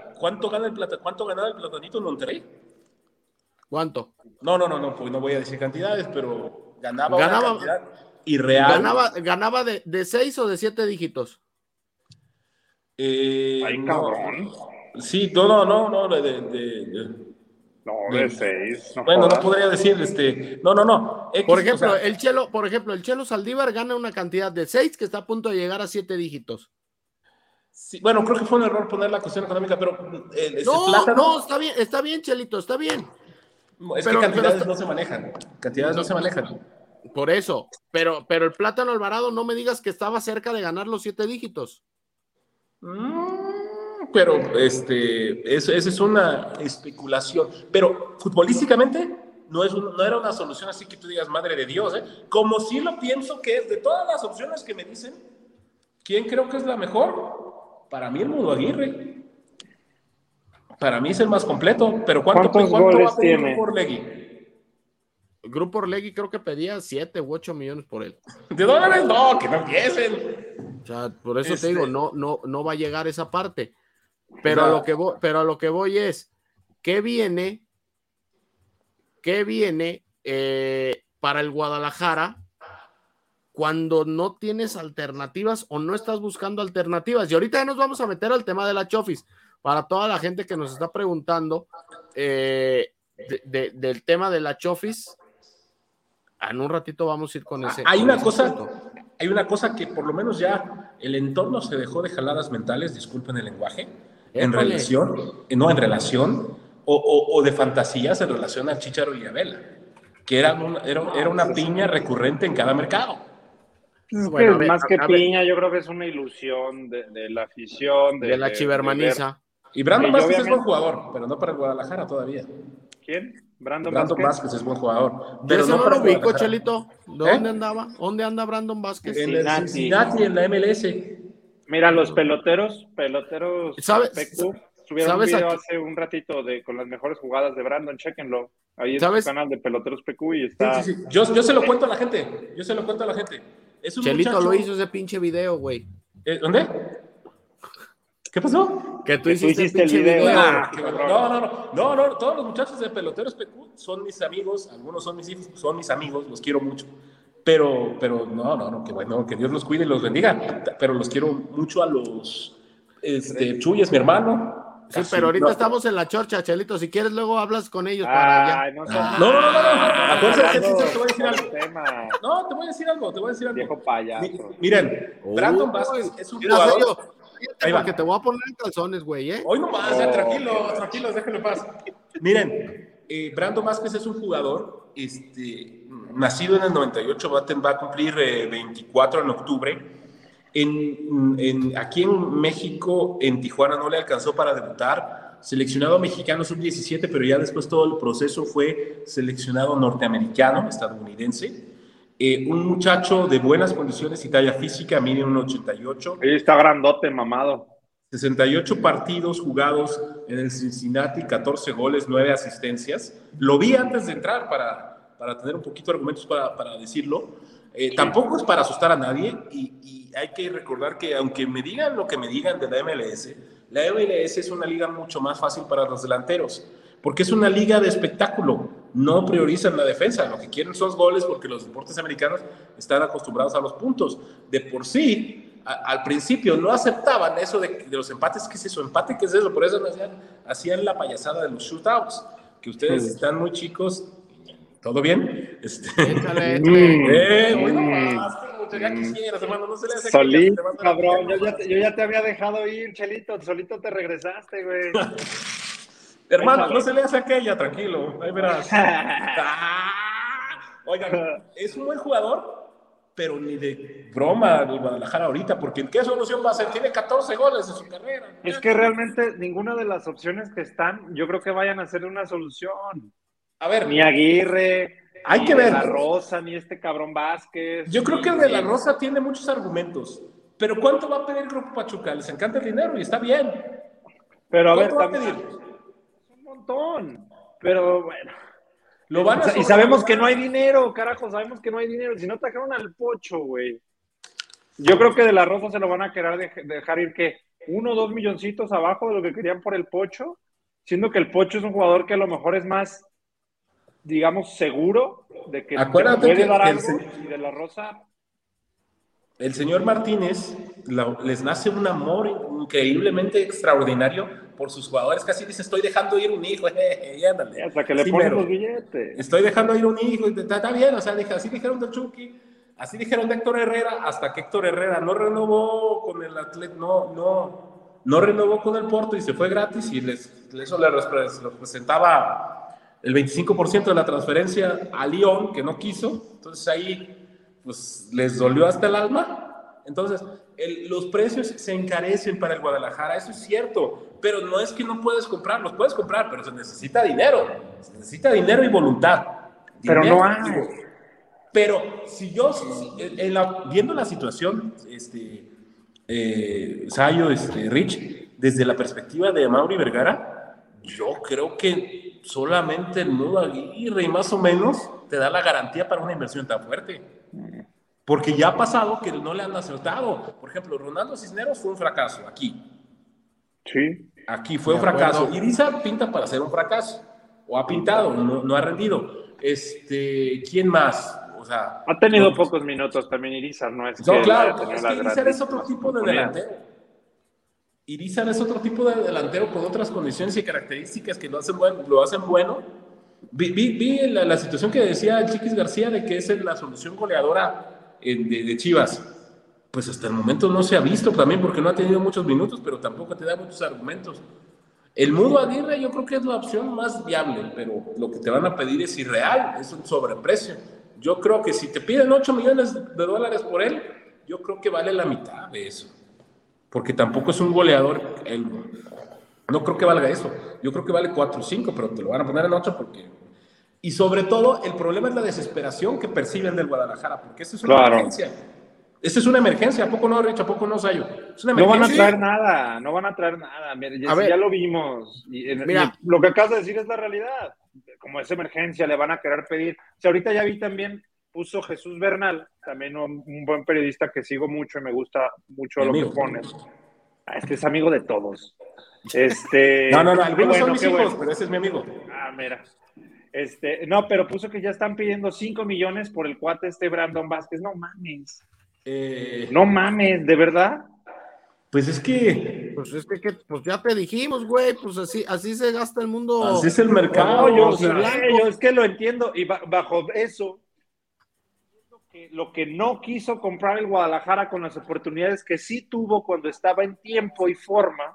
el Platanito en Monterrey?
¿Cuánto?
No, pues no voy a decir cantidades, pero ganaba una cantidad irreal.
¿Ganaba de 6 o de 7 dígitos?
Ay, cabrón.
Sí, no,
de 6.
No bueno, no podría decir, no.
Por ejemplo, el Chelo Saldívar gana una cantidad de 6 que está a punto de llegar a 7 dígitos.
Sí, bueno, creo que fue un error poner la cuestión económica, pero
no, está bien, Chelito, está bien.
Que cantidades no se manejan. No se manejan.
Por eso, pero el Plátano Alvarado no me digas que estaba cerca de ganar los 7 dígitos.
Pero esa es una especulación. Pero futbolísticamente no era una solución así que tú digas, madre de Dios, ¿eh? Como sí lo pienso que es de todas las opciones que me dicen, ¿quién creo que es la mejor? Para mí el Mudo Aguirre. Para mí es el más completo. Pero ¿cuánto
goles tiene?
Grupo Orlegui?
El Grupo Orlegui creo que pedía 7 u 8 millones por él.
¿De dólares? No, que no empiecen.
O sea, por eso te digo, no va a llegar esa parte. Pero a lo que voy es, ¿qué viene para el Guadalajara cuando no tienes alternativas o no estás buscando alternativas? Y ahorita ya nos vamos a meter al tema de la Chofis. Para toda la gente que nos está preguntando del tema de la Chofis, en un ratito vamos a ir con ese.
Hay una cosa que por lo menos ya el entorno se dejó de jaladas mentales, disculpen el lenguaje, en relación o de fantasías en relación al Chícharo y a Vela. que era una piña recurrente en cada mercado.
Bueno, más que piña, yo creo que es una ilusión de la afición.
De la chivermaniza.
Y Brandon Vázquez es buen jugador, pero no para el Guadalajara todavía.
¿Quién? Brandon
Vázquez es buen jugador.
Pero no lo ubico, Chelito. ¿Dónde andaba? ¿Dónde anda Brandon Vázquez?
En el Cincinnati, en la MLS.
Mira, los peloteros
¿Sabes?
subieron un video hace un ratito con las mejores jugadas de Brandon, chéquenlo. Ahí en su canal de Peloteros PQ y está.
Sí. Yo se lo cuento a la gente. Es un
Chelito
muchacho...
lo hizo ese pinche video, güey.
¿Dónde? ¿Qué pasó?
Que tú hiciste el pinche video.
No, todos los muchachos de Peloteros PQ son mis amigos, algunos son mis hijos, son mis amigos, los quiero mucho. Pero no, que bueno, que Dios los cuide y los bendiga. Pero los quiero mucho a los... Chuy es mi hermano.
Sí, pero ahorita estamos en la chorcha, Chelito. Si quieres, luego hablas con ellos
para
allá.
No. Te voy a decir algo. No, te voy a decir algo.
Viejo payaso.
Miren, Brandon Vázquez es un jugador...
Porque te voy a poner en calzones, güey, ¿eh?
Hoy nomás, tranquilos, déjenlo en paz. Miren, Brandon Vázquez es un jugador, nacido en el 98, va a cumplir 24 en octubre. Aquí en México, en Tijuana, no le alcanzó para debutar. Seleccionado mexicano sub-17, pero ya después todo el proceso fue seleccionado norteamericano, estadounidense. Un muchacho de buenas condiciones y talla física, mide 1.88.
Está grandote, mamado.
68 partidos jugados en el Cincinnati, 14 goles, 9 asistencias. Lo vi antes de entrar para tener un poquito de argumentos para decirlo. Tampoco es para asustar a nadie y hay que recordar que aunque me digan lo que me digan de la MLS es una liga mucho más fácil para los delanteros, porque es una liga de espectáculo. No priorizan la defensa, lo que quieren son goles porque los deportes americanos están acostumbrados a los puntos. De por sí, al principio no aceptaban eso de los empates. ¿Qué es eso? ¿Empate? ¿Qué es eso? Por eso hacían la payasada de los shootouts, que ustedes están muy chicos. ¿Todo bien? Bueno, ya quisieras, hermano, no se le hace
solito, cabrón, yo ya te había dejado ir, Chelito, solito te regresaste, güey.
Hermano, no se le hace aquella, tranquilo, ahí verás. Oigan, es un buen jugador, pero ni de broma el Guadalajara ahorita, porque ¿qué solución va a hacer? Tiene 14 goles en su carrera.
Es que realmente ninguna de las opciones que están, yo creo que vayan a ser una solución.
A ver,
ni Aguirre,
hay
ni
que ver.
De La Rosa, ni este cabrón Vázquez.
Yo creo que el De La Rosa tiene muchos argumentos, pero ¿cuánto va a pedir el Grupo Pachuca? Les encanta el dinero y está bien.
Pero a ver,
¿cuánto va a pedir?
Un montón, pero bueno.
Lo van a
y sabemos que no hay dinero, carajo, sabemos que no hay dinero. Si no trajeron al Pocho, güey. Yo creo que De La Rosa se lo van a querer dejar ir, ¿qué? 1 o 2 milloncitos abajo de lo que querían por el Pocho, siendo que el Pocho es un jugador que a lo mejor es más, digamos, seguro de que
acuérdate
puede
que
dar algo, y De La Rosa...
El señor Martínez les nace un amor increíblemente extraordinario por sus jugadores. Casi dice, estoy dejando ir un hijo, y ándale.
Hasta que le ponen los billetes.
Estoy dejando ir un hijo, está bien, o sea, así dijeron de Chucky, así dijeron de Héctor Herrera, hasta que Héctor Herrera no renovó con el Atlético, no renovó con el Porto y se fue gratis, y eso le representaba el 25% de la transferencia a Lyon, que no quiso. Entonces ahí pues les dolió hasta el alma. Entonces los precios se encarecen para el Guadalajara, eso es cierto, pero no es que no puedes comprar, los puedes comprar, pero se necesita dinero y voluntad.
Pero
dinero,
no hay.
Pero viendo la situación, Sayo, Rich, desde la perspectiva de Mauri Vergara, yo creo que solamente el Mudo Aguirre y más o menos te da la garantía para una inversión tan fuerte. Porque ya ha pasado que no le han acertado. Por ejemplo, Ronaldo Cisneros fue un fracaso aquí.
Sí.
Aquí fue un fracaso. Irizar pinta para ser un fracaso. O ha pintado, no ha rendido. ¿Quién más? O sea,
ha tenido pocos minutos también Irizar, ¿no? Es que
claro, es que Irizar es otro tipo de delantero. Irizar es otro tipo de delantero con otras condiciones y características que lo hacen bueno. Vi la situación que decía Chiquis García de que es la solución goleadora de Chivas. Pues hasta el momento no se ha visto también porque no ha tenido muchos minutos, pero tampoco te da muchos argumentos. El Mudo Aguirre yo creo que es la opción más viable, pero lo que te van a pedir es irreal, es un sobreprecio. Yo creo que si te piden $8 millones por él, yo creo que vale la mitad de eso. Porque tampoco es un goleador, no creo que valga eso. Yo creo que vale 4 o 5, pero te lo van a poner en 8 porque... Y sobre todo, el problema es la desesperación que perciben del Guadalajara, porque esta es una emergencia. Esta es una emergencia, ¿a poco no, Rich? ¿A poco no, Sayo? Es una emergencia.
No van a traer nada, no van a traer nada. Mira, ya lo vimos. Mira, lo que acabas de decir es la realidad. Como es emergencia, le van a querer pedir. O sea, ahorita ya vi también, puso Jesús Bernal, también un buen periodista que sigo mucho y me gusta mucho lo que pone. Es amigo de todos.
No, algunos son mis hijos, pero ese es mi amigo.
Mira. No, pero puso que ya están pidiendo 5 millones por el cuate Brandon Vázquez. No mames. No mames, ¿de verdad?
Pues es que
ya te dijimos, güey, pues así se gasta el mundo.
Así es el mercado.
Yo es que lo entiendo, y bajo eso, lo que no quiso comprar el Guadalajara con las oportunidades que sí tuvo cuando estaba en tiempo y forma,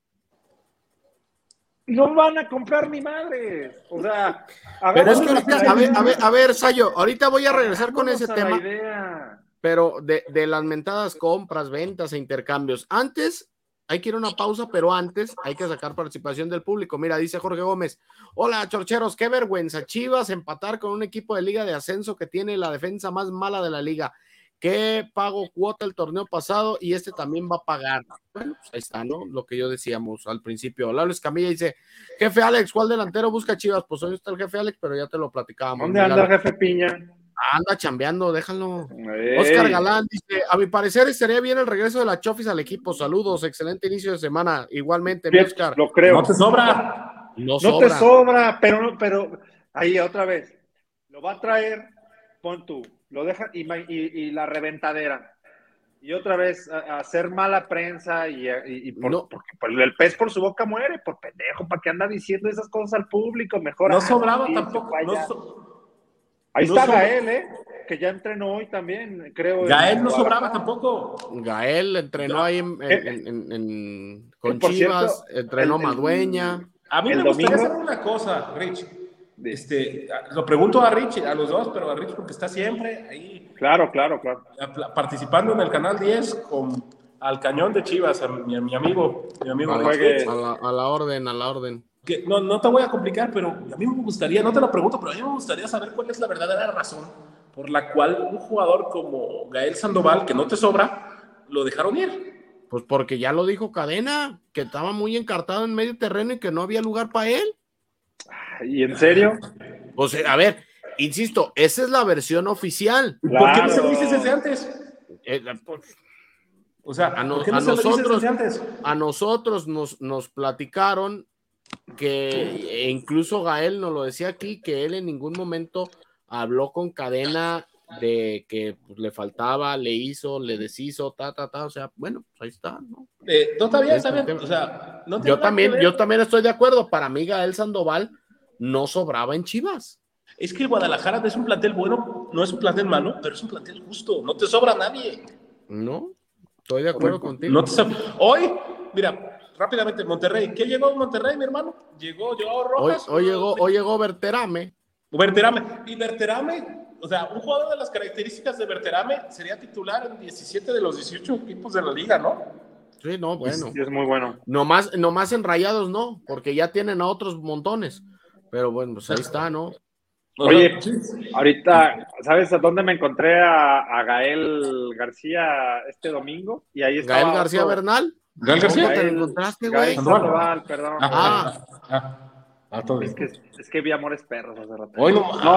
no van a comprar ni madres. O sea,
pero es que ahorita, a ver, Sayo, ahorita voy a regresar con ese tema. Pero de las mentadas compras, ventas e intercambios. Antes hay que ir a una pausa, pero antes hay que sacar participación del público. Mira, dice Jorge Gómez: hola, chorcheros, qué vergüenza. Chivas empatar con un equipo de liga de ascenso que tiene la defensa más mala de la liga. Que pagó cuota el torneo pasado y también va a pagar. Bueno, pues ahí está, ¿no? Lo que yo decíamos al principio. Lalo Escamilla dice: jefe Alex, ¿cuál delantero busca Chivas? Pues hoy está el jefe Alex, pero ya te lo platicábamos.
¿Dónde anda el jefe Piña?
Anda chambeando, déjalo. Oscar Galán dice: a mi parecer estaría bien el regreso de la Chofis al equipo. Saludos, excelente inicio de semana. Igualmente, mi Oscar.
Lo creo.
No te sobra.
No te sobra, pero ahí otra vez. Lo va a traer, pon tú, lo deja y la reventadera. Y otra vez a hacer mala prensa porque el pez por su boca muere, por pendejo, ¿para qué anda diciendo esas cosas al público? Mejor.
No sobraba tampoco.
Ahí está Gael, que ya entrenó hoy también, creo.
Gael no sobraba tampoco.
Gael entrenó ahí con Chivas, entrenó Madueña.
A mí me gustaría saber una cosa, Rich. Lo pregunto a Rich, a los dos, pero a Rich porque está siempre ahí.
Claro.
Participando en el Canal 10 con al cañón de Chivas, a mi amigo.
A la orden.
Que no te voy a complicar, pero a mí me gustaría, no te lo pregunto, pero a mí me gustaría saber cuál es la verdadera razón por la cual un jugador como Gael Sandoval, que no te sobra, lo dejaron ir.
Pues porque ya lo dijo Cadena, que estaba muy encartado en medio terreno y que no había lugar para él.
¿Y en serio?
Pues a ver, insisto, esa es la versión oficial.
Claro. ¿Por qué no se lo dices desde antes? O sea,
a nosotros nos platicaron que incluso Gael nos lo decía aquí, que él en ningún momento habló con Cadena de que pues, le faltaba, le hizo, le deshizo, o sea, bueno, pues ahí está, ¿no?
No está bien, o sea, no
yo también estoy de acuerdo. Para mí Gael Sandoval no sobraba en Chivas.
Es que el Guadalajara es un plantel bueno, no es un plantel malo, pero es un plantel justo, no te sobra nadie.
No, estoy de acuerdo contigo.
No te sobra. Hoy, mira, rápidamente, Monterrey. ¿Qué llegó en Monterrey, mi hermano? Llegó Rojas.
Hoy llegó Berterame.
Y Berterame, o sea, un jugador de las características de Berterame sería titular en 17 de los 18 equipos de la liga, ¿no?
Sí, no, bueno.
Sí, es muy bueno.
Nomás en Rayados no, porque ya tienen a otros montones. Pero bueno, pues ahí está, ¿no?
Oye, ahorita, ¿sabes a dónde me encontré a Gael García este domingo? Y ahí estaba
¿Gael García Bernal?
¿Gael García?
¿Te lo encontraste, güey?
Gael Sandoval, perdón.
Todo
es que vi Amores Perros hace rato.
Hoy
no,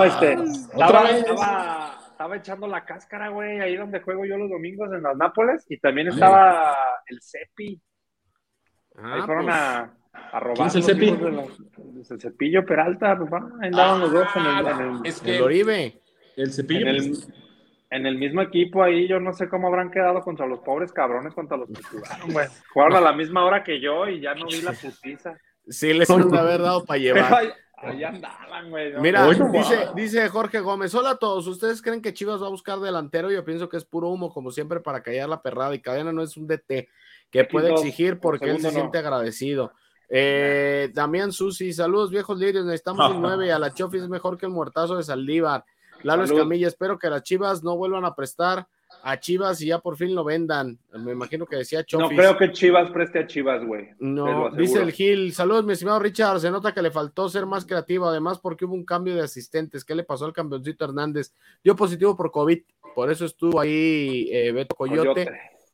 estaba echando la cáscara, güey, ahí donde juego yo los domingos en las Nápoles, y también estaba el Cepi. Ahí fueron a robar.
¿Quién es el Cepi?
El Cepillo Peralta, papá. Ahí andaban los dos en
el Oribe.
El Cepillo.
En el mismo equipo ahí, yo no sé cómo habrán quedado contra los pobres cabrones, contra los que jugaron, güey. Jugaron a la misma hora que yo y ya no vi la putiza.
Sí, les han de haber dado para llevar.
Ahí andaban, güey. ¿No?
Mira, dice Jorge Gómez: hola a todos, ¿ustedes creen que Chivas va a buscar delantero? Yo pienso que es puro humo, como siempre, para callar la perrada, y Cadena no es un DT que puede exigir porque él se siente agradecido. Damián Susi, saludos viejos lirios, necesitamos un 9 y a la Chofis es mejor que el muertazo de Saldívar. Lalo Escamilla, espero que las Chivas no vuelvan a prestar a Chivas y ya por fin lo vendan. Me imagino que decía Chofis.
No creo que Chivas preste a Chivas, güey.
No, dice el Gil, saludos mi estimado Richard, se nota que le faltó ser más creativo, además porque hubo un cambio de asistentes. ¿Qué le pasó al campeoncito Hernández? Dio positivo por COVID, por eso estuvo ahí Beto Coyote.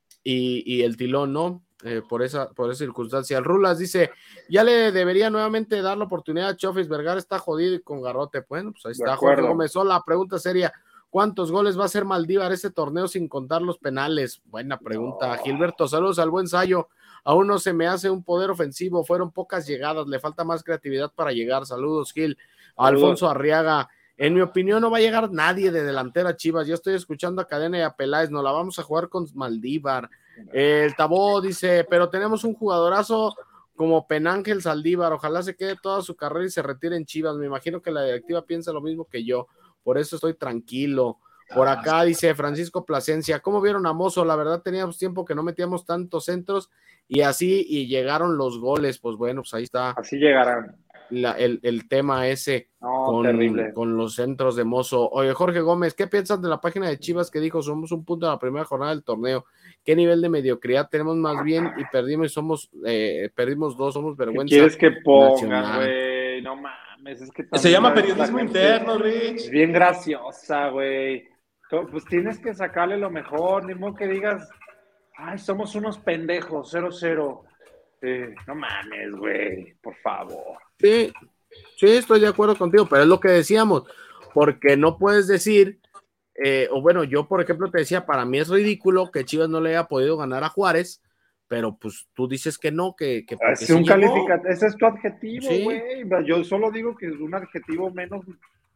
Y el Tilón, ¿no? Por esa circunstancia. El Rulas dice, ya le debería nuevamente dar la oportunidad a Chofis, Vergara está jodido y con garrote. Bueno, pues ahí está. Jorge Gómez, la pregunta seria, ¿cuántos goles va a hacer Maldívar este torneo sin contar los penales? Buena pregunta. No. Gilberto, saludos al buen Sayo. Aún no se me hace un poder ofensivo, fueron pocas llegadas, le falta más creatividad para llegar. Saludos, Gil. Alfonso Arriaga, en mi opinión no va a llegar nadie de delantera Chivas, yo estoy escuchando a Cadena y a Peláez, no la vamos a jugar con Maldívar. El Tabó dice, pero tenemos un jugadorazo como Penángel Saldívar, ojalá se quede toda su carrera y se retire en Chivas, me imagino que la directiva piensa lo mismo que yo, por eso estoy tranquilo. Por acá dice Francisco Plasencia, ¿cómo vieron a Mozo? La verdad teníamos tiempo que no metíamos tantos centros y así y llegaron los goles, pues bueno, pues ahí está.
Así llegarán.
El tema ese con los centros de Mozo. Oye, Jorge Gómez, ¿qué piensas de la página de Chivas que dijo somos un punto de la primera jornada del torneo? ¿Qué nivel de mediocridad tenemos más bien y perdimos dos, somos vergüenza?
¿Qué quieres que pongan, güey? No mames, es que
se llama periodismo interno, Rich.
Es bien graciosa, güey. Pues tienes que sacarle lo mejor, ni modo que digas, ay, somos unos pendejos, 0-0. No mames, güey, por favor.
Sí, estoy de acuerdo contigo, pero es lo que decíamos, porque no puedes decir, o bueno, yo por ejemplo te decía, para mí es ridículo que Chivas no le haya podido ganar a Juárez, pero pues tú dices que no, que
es un calificativo, ese es tu adjetivo, güey. Sí. Yo solo digo que es un adjetivo menos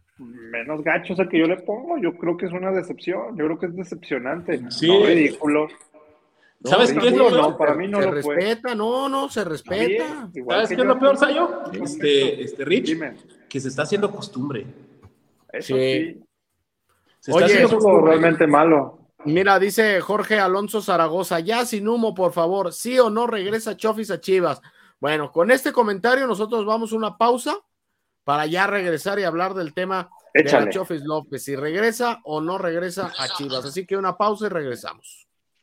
gacho es el que yo le pongo, yo creo que es una decepción, yo creo que es decepcionante,
sí.
No ridículo.
No, ¿sabes qué es lo peor?
No, para mí no
se
lo
respeta, no, se respeta.
¿Sabes qué es lo peor, Sayo? Rich,
dime.
Que se está haciendo costumbre.
Eso sí.
Oye,
eso es realmente malo.
Mira, dice Jorge Alonso Zaragoza, ya sin humo, por favor, ¿sí o no regresa Chofis a Chivas? Bueno, con este comentario nosotros vamos a una pausa para ya regresar y hablar del tema de la Chofis López, si regresa o no regresa a Chivas. Así que una pausa y regresamos.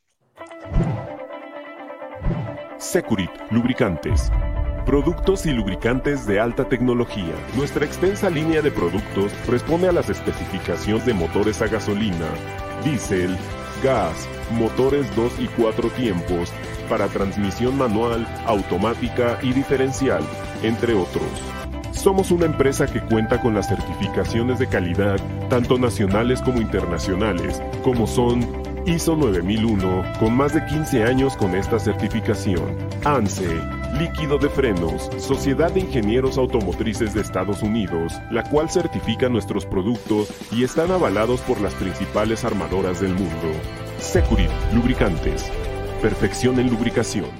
Securit Lubricantes. Productos y lubricantes de alta tecnología. Nuestra extensa línea de productos responde a las especificaciones de motores a gasolina, diésel, gas, motores 2 y 4 tiempos, para transmisión manual, automática y diferencial, entre otros. Somos una empresa que cuenta con las certificaciones de calidad, tanto nacionales como internacionales, como son ISO 9001, con más de 15 años con esta certificación. ANSE, líquido de frenos, Sociedad de Ingenieros Automotrices de Estados Unidos, la cual certifica nuestros productos y están avalados por las principales armadoras del mundo. Securit Lubricantes. Perfección en lubricación.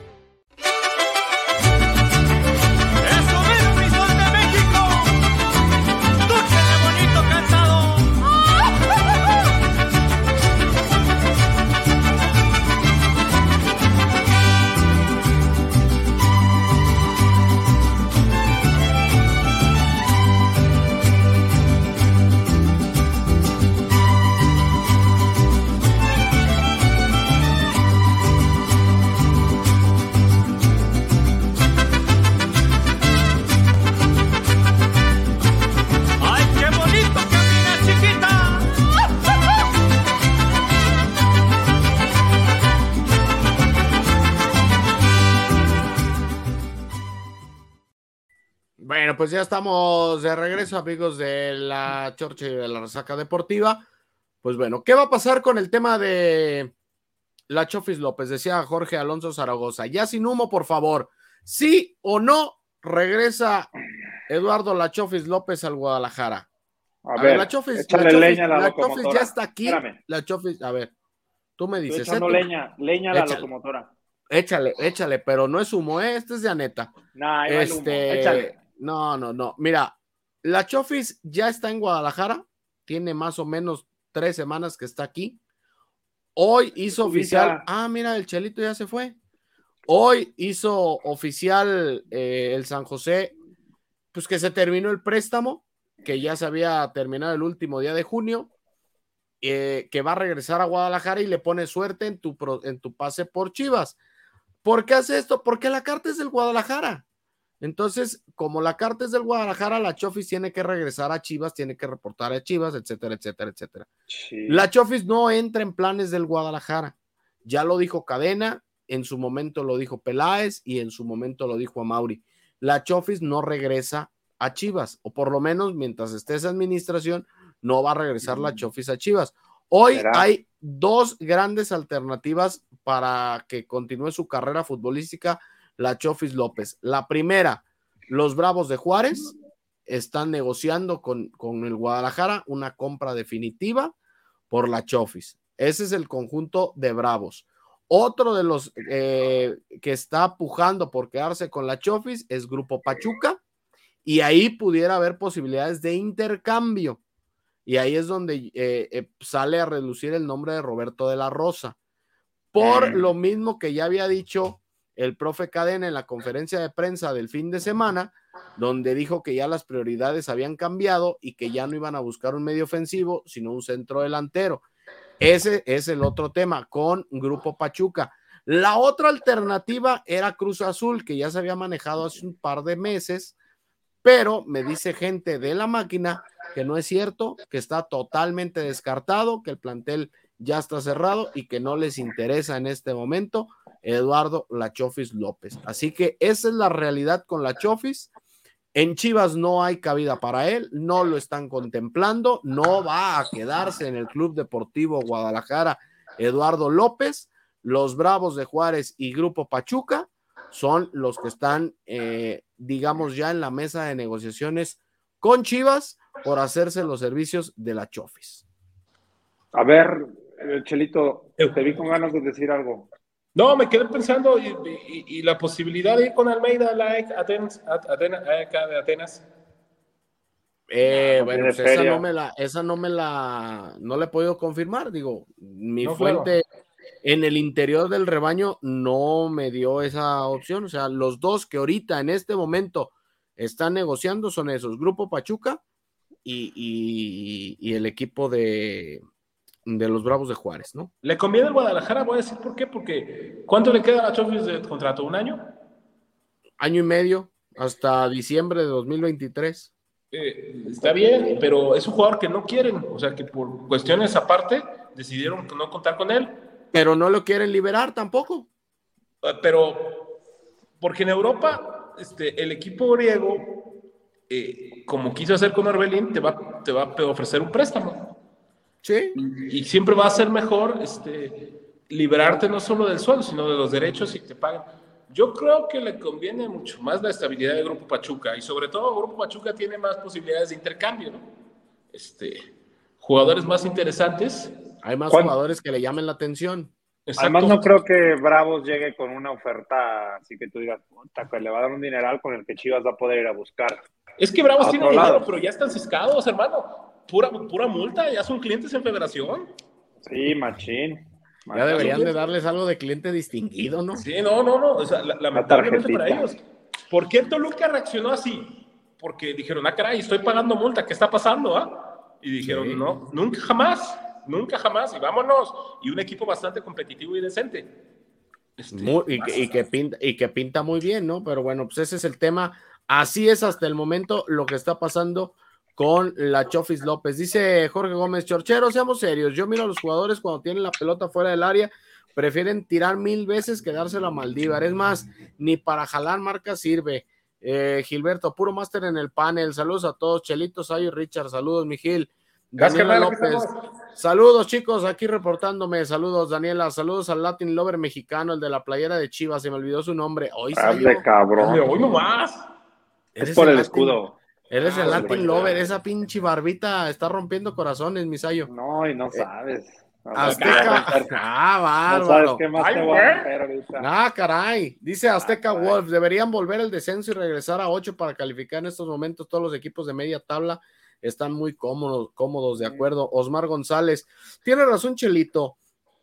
Bueno, pues ya estamos de regreso, amigos de la Chorcha y de la Resaca Deportiva. Pues bueno, ¿qué va a pasar con el tema de la Chofis López? Decía Jorge Alonso Zaragoza, ya sin humo, por favor, ¿sí o no regresa Eduardo La Chofis López al Guadalajara?
A ver, la Chofis
ya está aquí.
Espérame.
La Chofis, a ver, tú me dices.
Estoy echando leña a la locomotora.
Échale, pero no es humo, este es de Aneta.
Nah, no humo. Échale.
No. Mira, la Chofis ya está en Guadalajara, tiene más o menos 3 semanas que está aquí. Hoy hizo oficial. Mira, el Chelito ya se fue. Hoy hizo oficial el San José, pues que se terminó el préstamo, que ya se había terminado el último día de junio, que va a regresar a Guadalajara y le pone suerte en tu pase por Chivas. ¿Por qué hace esto? Porque la carta es del Guadalajara. Entonces, como la carta es del Guadalajara, la Chofis tiene que regresar a Chivas, tiene que reportar a Chivas, etcétera, etcétera, etcétera. Sí. La Chofis no entra en planes del Guadalajara. Ya lo dijo Cadena, en su momento lo dijo Peláez y en su momento lo dijo Amauri. La Chofis no regresa a Chivas, o por lo menos mientras esté esa administración, no va a regresar la Chofis a Chivas. Hoy hay dos grandes alternativas para que continúe su carrera futbolística la Chofis López. La primera, los Bravos de Juárez están negociando con el Guadalajara una compra definitiva por la Chofis. Ese es el conjunto de Bravos. Otro de los que está pujando por quedarse con la Chofis es Grupo Pachuca, y ahí pudiera haber posibilidades de intercambio. Y ahí es donde sale a relucir el nombre de Roberto de la Rosa. Por lo mismo que ya había dicho el profe Cadena en la conferencia de prensa del fin de semana, donde dijo que ya las prioridades habían cambiado y que ya no iban a buscar un medio ofensivo, sino un centro delantero. Ese es el otro tema con Grupo Pachuca. La otra alternativa era Cruz Azul, que ya se había manejado hace un par de meses, pero me dice gente de la máquina que no es cierto, que está totalmente descartado, que el plantel ya está cerrado y que no les interesa en este momento Eduardo La Chofis López. Así que esa es la realidad con La Chofis. En Chivas no hay cabida para él, no lo están contemplando, no va a quedarse en el Club Deportivo Guadalajara Eduardo López. Los Bravos de Juárez y Grupo Pachuca son los que están, digamos, ya en la mesa de negociaciones con Chivas por hacerse los servicios de la Chofis.
A ver, Chelito, te vi con ganas de decir algo.
No, me quedé pensando y la posibilidad de ir con Almeida a la Atenas.
Bueno, pues esa no la he podido confirmar. Digo, mi fuente en el interior del rebaño no me dio esa opción. O sea, los dos que ahorita en este momento están negociando son esos, Grupo Pachuca y el equipo de los Bravos de Juárez, ¿no?
¿Le conviene al Guadalajara? Voy a decir por qué, porque ¿cuánto le queda a la Chofis de contrato? ¿Un año?
Año y medio, hasta diciembre de 2023.
Está bien, pero es un jugador que no quieren, o sea que por cuestiones aparte decidieron no contar con él.
Pero no lo quieren liberar tampoco.
Pero porque en Europa el equipo griego, como quiso hacer con Orbelín, te va a ofrecer un préstamo.
Sí.
Y siempre va a ser mejor liberarte no solo del sueldo, sino de los derechos y te pagan. Yo creo que le conviene mucho más la estabilidad del Grupo Pachuca y sobre todo Grupo Pachuca tiene más posibilidades de intercambio, ¿no? Jugadores más interesantes.
Hay más jugadores que le llamen la atención.
Exacto. Además no creo que Bravos llegue con una oferta así que tú digas, que le va a dar un dineral con el que Chivas va a poder ir a buscar.
Es que Bravos tiene dinero, pero ya están ciscados, hermano. Pura multa, ya son clientes en Federación.
Sí, machín.
Ya deberían de darles algo de cliente distinguido, ¿no?
Sí, no. O sea, lamentablemente para ellos. ¿Por qué Toluca reaccionó así? Porque dijeron, caray, estoy pagando multa, ¿qué está pasando? Y dijeron, sí. No, nunca jamás, y vámonos. Y un equipo bastante competitivo y decente.
Y que pinta muy bien, ¿no? Pero bueno, pues ese es el tema. Así es hasta el momento lo que está pasando con la Chofis López. Dice Jorge Gómez, Chorchero, seamos serios, yo miro a los jugadores cuando tienen la pelota fuera del área, prefieren tirar 1000 veces que dársela a Maldívar, es más, ni para jalar marca sirve. Gilberto, puro máster en el panel, saludos a todos, Chelito, Sayo y Richard, saludos mi Gil. Daniela López, saludos chicos, aquí reportándome, saludos Daniela, saludos al Latin Lover mexicano, el de la playera de Chivas, se me olvidó su nombre, hoy
cabrón.
Hoy nomás.
Es por el escudo.
Eres el Latin Lover, esa pinche barbita está rompiendo corazones, Misayo.
No, y no sabes.
Azteca, bárbaro.
No sabes qué más te voy a hacer ahorita.
Caray. Dice Azteca Wolf, deberían volver el descenso y regresar a 8 para calificar en estos momentos. Todos los equipos de media tabla están muy cómodos, de acuerdo. Osmar González, tiene razón Chelito.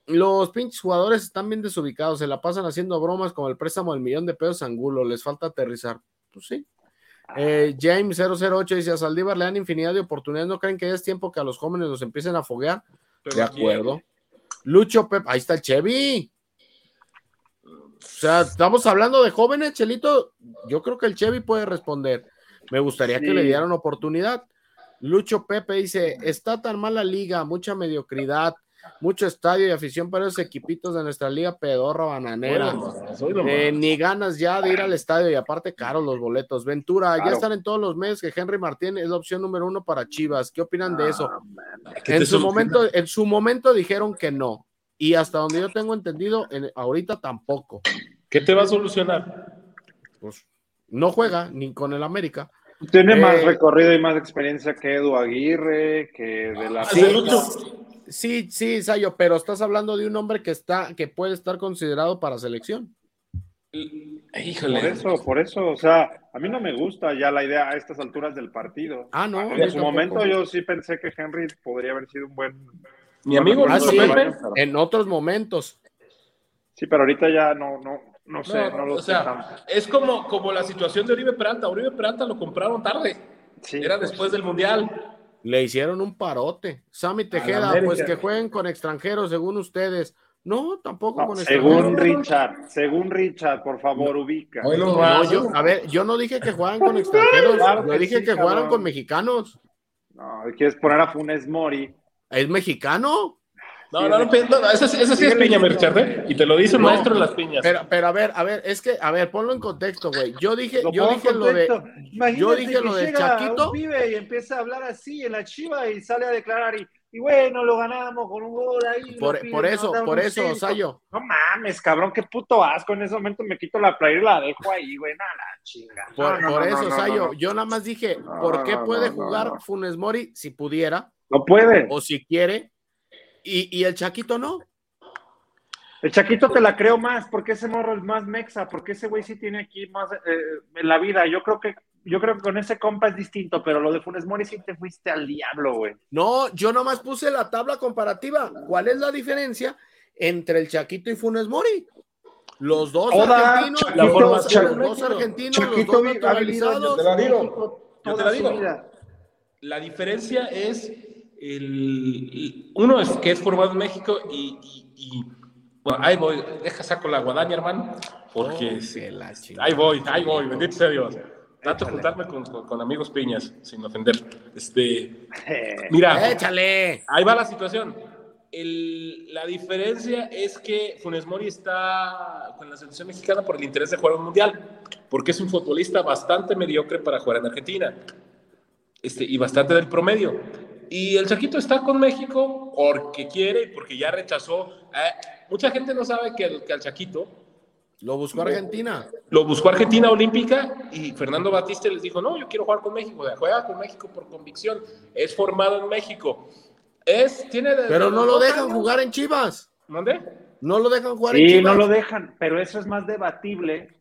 Los pinches jugadores están bien desubicados, se la pasan haciendo bromas como el préstamo del $1,000,000 a Angulo, les falta aterrizar. Pues sí. James 008 dice: a Saldívar le dan infinidad de oportunidades, ¿no creen que ya es tiempo que a los jóvenes los empiecen a foguear?
Pero
de acuerdo. Lucho Pep, ahí está el Chevy. O sea, estamos hablando de jóvenes, Chelito. Yo creo que el Chevy puede responder. Me gustaría que le dieran oportunidad. Lucho Pepe dice: está tan mala liga, mucha mediocridad, mucho estadio y afición para esos equipitos de nuestra liga pedorra bananera. Ni ganas ya de ir al estadio y aparte caros los boletos. Ventura, ya están en todos los meses que Henry Martín es la opción número 1 para Chivas. ¿Qué opinan de eso? En su momento dijeron que no. Y hasta donde yo tengo entendido, ahorita tampoco.
¿Qué te va a solucionar?
Pues no juega ni con el América.
Tiene más recorrido y más experiencia que Edu Aguirre, que de la...
Sí, Sayo, pero estás hablando de un hombre que puede estar considerado para selección.
Híjole.
Por eso, o sea, a mí no me gusta ya la idea a estas alturas del partido.
No.
En su momento yo sí pensé que Henry podría haber sido un buen...
Mi amigo
Pepe. En otros momentos.
Sí, pero ahorita ya no sé, no lo sé.
Es como la situación de Oribe Peralta. Oribe Peralta lo compraron tarde. Sí, era después del Mundial.
Le hicieron un parote. Sammy Tejeda, pues que jueguen con extranjeros, según ustedes. No, tampoco con extranjeros.
Según Richard, por favor, ubica.
Yo no dije que juegan con extranjeros. Yo dije que jugaran con mexicanos.
No, quieres poner a Funes Mori.
¿Es mexicano?
No, esa sí es piña, Richard, y te lo dice el maestro de las piñas.
Pero a ver, es que, ponlo en contexto, güey. Yo dije lo de Chaquito.
Un pibe y empieza a hablar así en la Chiva y sale a declarar y bueno, lo ganamos con un gol ahí.
Por eso, Sayo.
No mames, cabrón, qué puto asco. En ese momento me quito la playera y la dejo ahí, güey, nada, chinga.
Por eso, Sayo, yo nada más dije, ¿por qué puede jugar Funes Mori si pudiera?
No puede.
O si quiere. ¿Y el Chaquito no?
El Chaquito te la creo más, porque ese morro es más mexa, porque ese güey sí tiene aquí más en la vida. Yo creo que con ese compa es distinto, pero lo de Funes Mori sí te fuiste al diablo, güey.
No, yo nomás puse la tabla comparativa. ¿Cuál es la diferencia entre el Chaquito y Funes Mori? Los dos argentinos, los dos naturalizados.
Yo te la digo. La diferencia es uno es que es formado en México y bueno, ahí voy, saco la guadaña, hermano, porque ahí voy, bendito sea Dios. Trato de juntarme con amigos piñas, sin ofender. Mira,
échale.
Ahí va la situación. La diferencia es que Funes Mori está con la selección mexicana por el interés de jugar un mundial, porque es un futbolista bastante mediocre para jugar en Argentina, y bastante del promedio. Y el Chaquito está con México porque quiere, porque ya rechazó. Mucha gente no sabe que al Chaquito
lo buscó Argentina.
Lo buscó Argentina Olímpica y Fernando Batista les dijo: no, yo quiero jugar con México. Juega con México por convicción. Es formado en México.
Pero no lo dejan jugar en Chivas.
¿Dónde?
No lo dejan jugar en Chivas.
Sí, no lo dejan, pero eso es más debatible.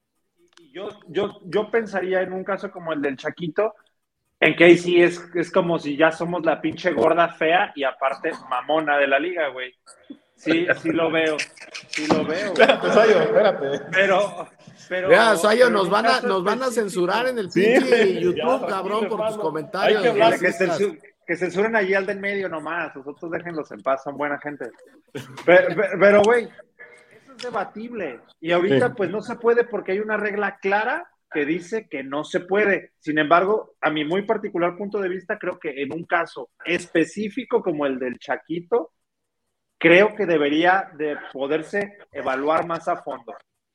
Yo pensaría en un caso como el del Chaquito, en que ahí sí es como si ya somos la pinche gorda fea y aparte mamona de la liga, güey. Sí lo veo.
Espérate, Sayo, espérate.
Pero
ya, Sayo, nos van a censurar en el pinche YouTube, cabrón, por tus comentarios.
Que censuren allí al del medio nomás, nosotros déjenlos en paz, son buena gente. Pero güey, eso es debatible. Y ahorita pues no se puede porque hay una regla clara que dice que no se puede. Sin embargo, a mi muy particular punto de vista, creo que en un caso específico como el del Chaquito, creo que debería de poderse evaluar más a fondo.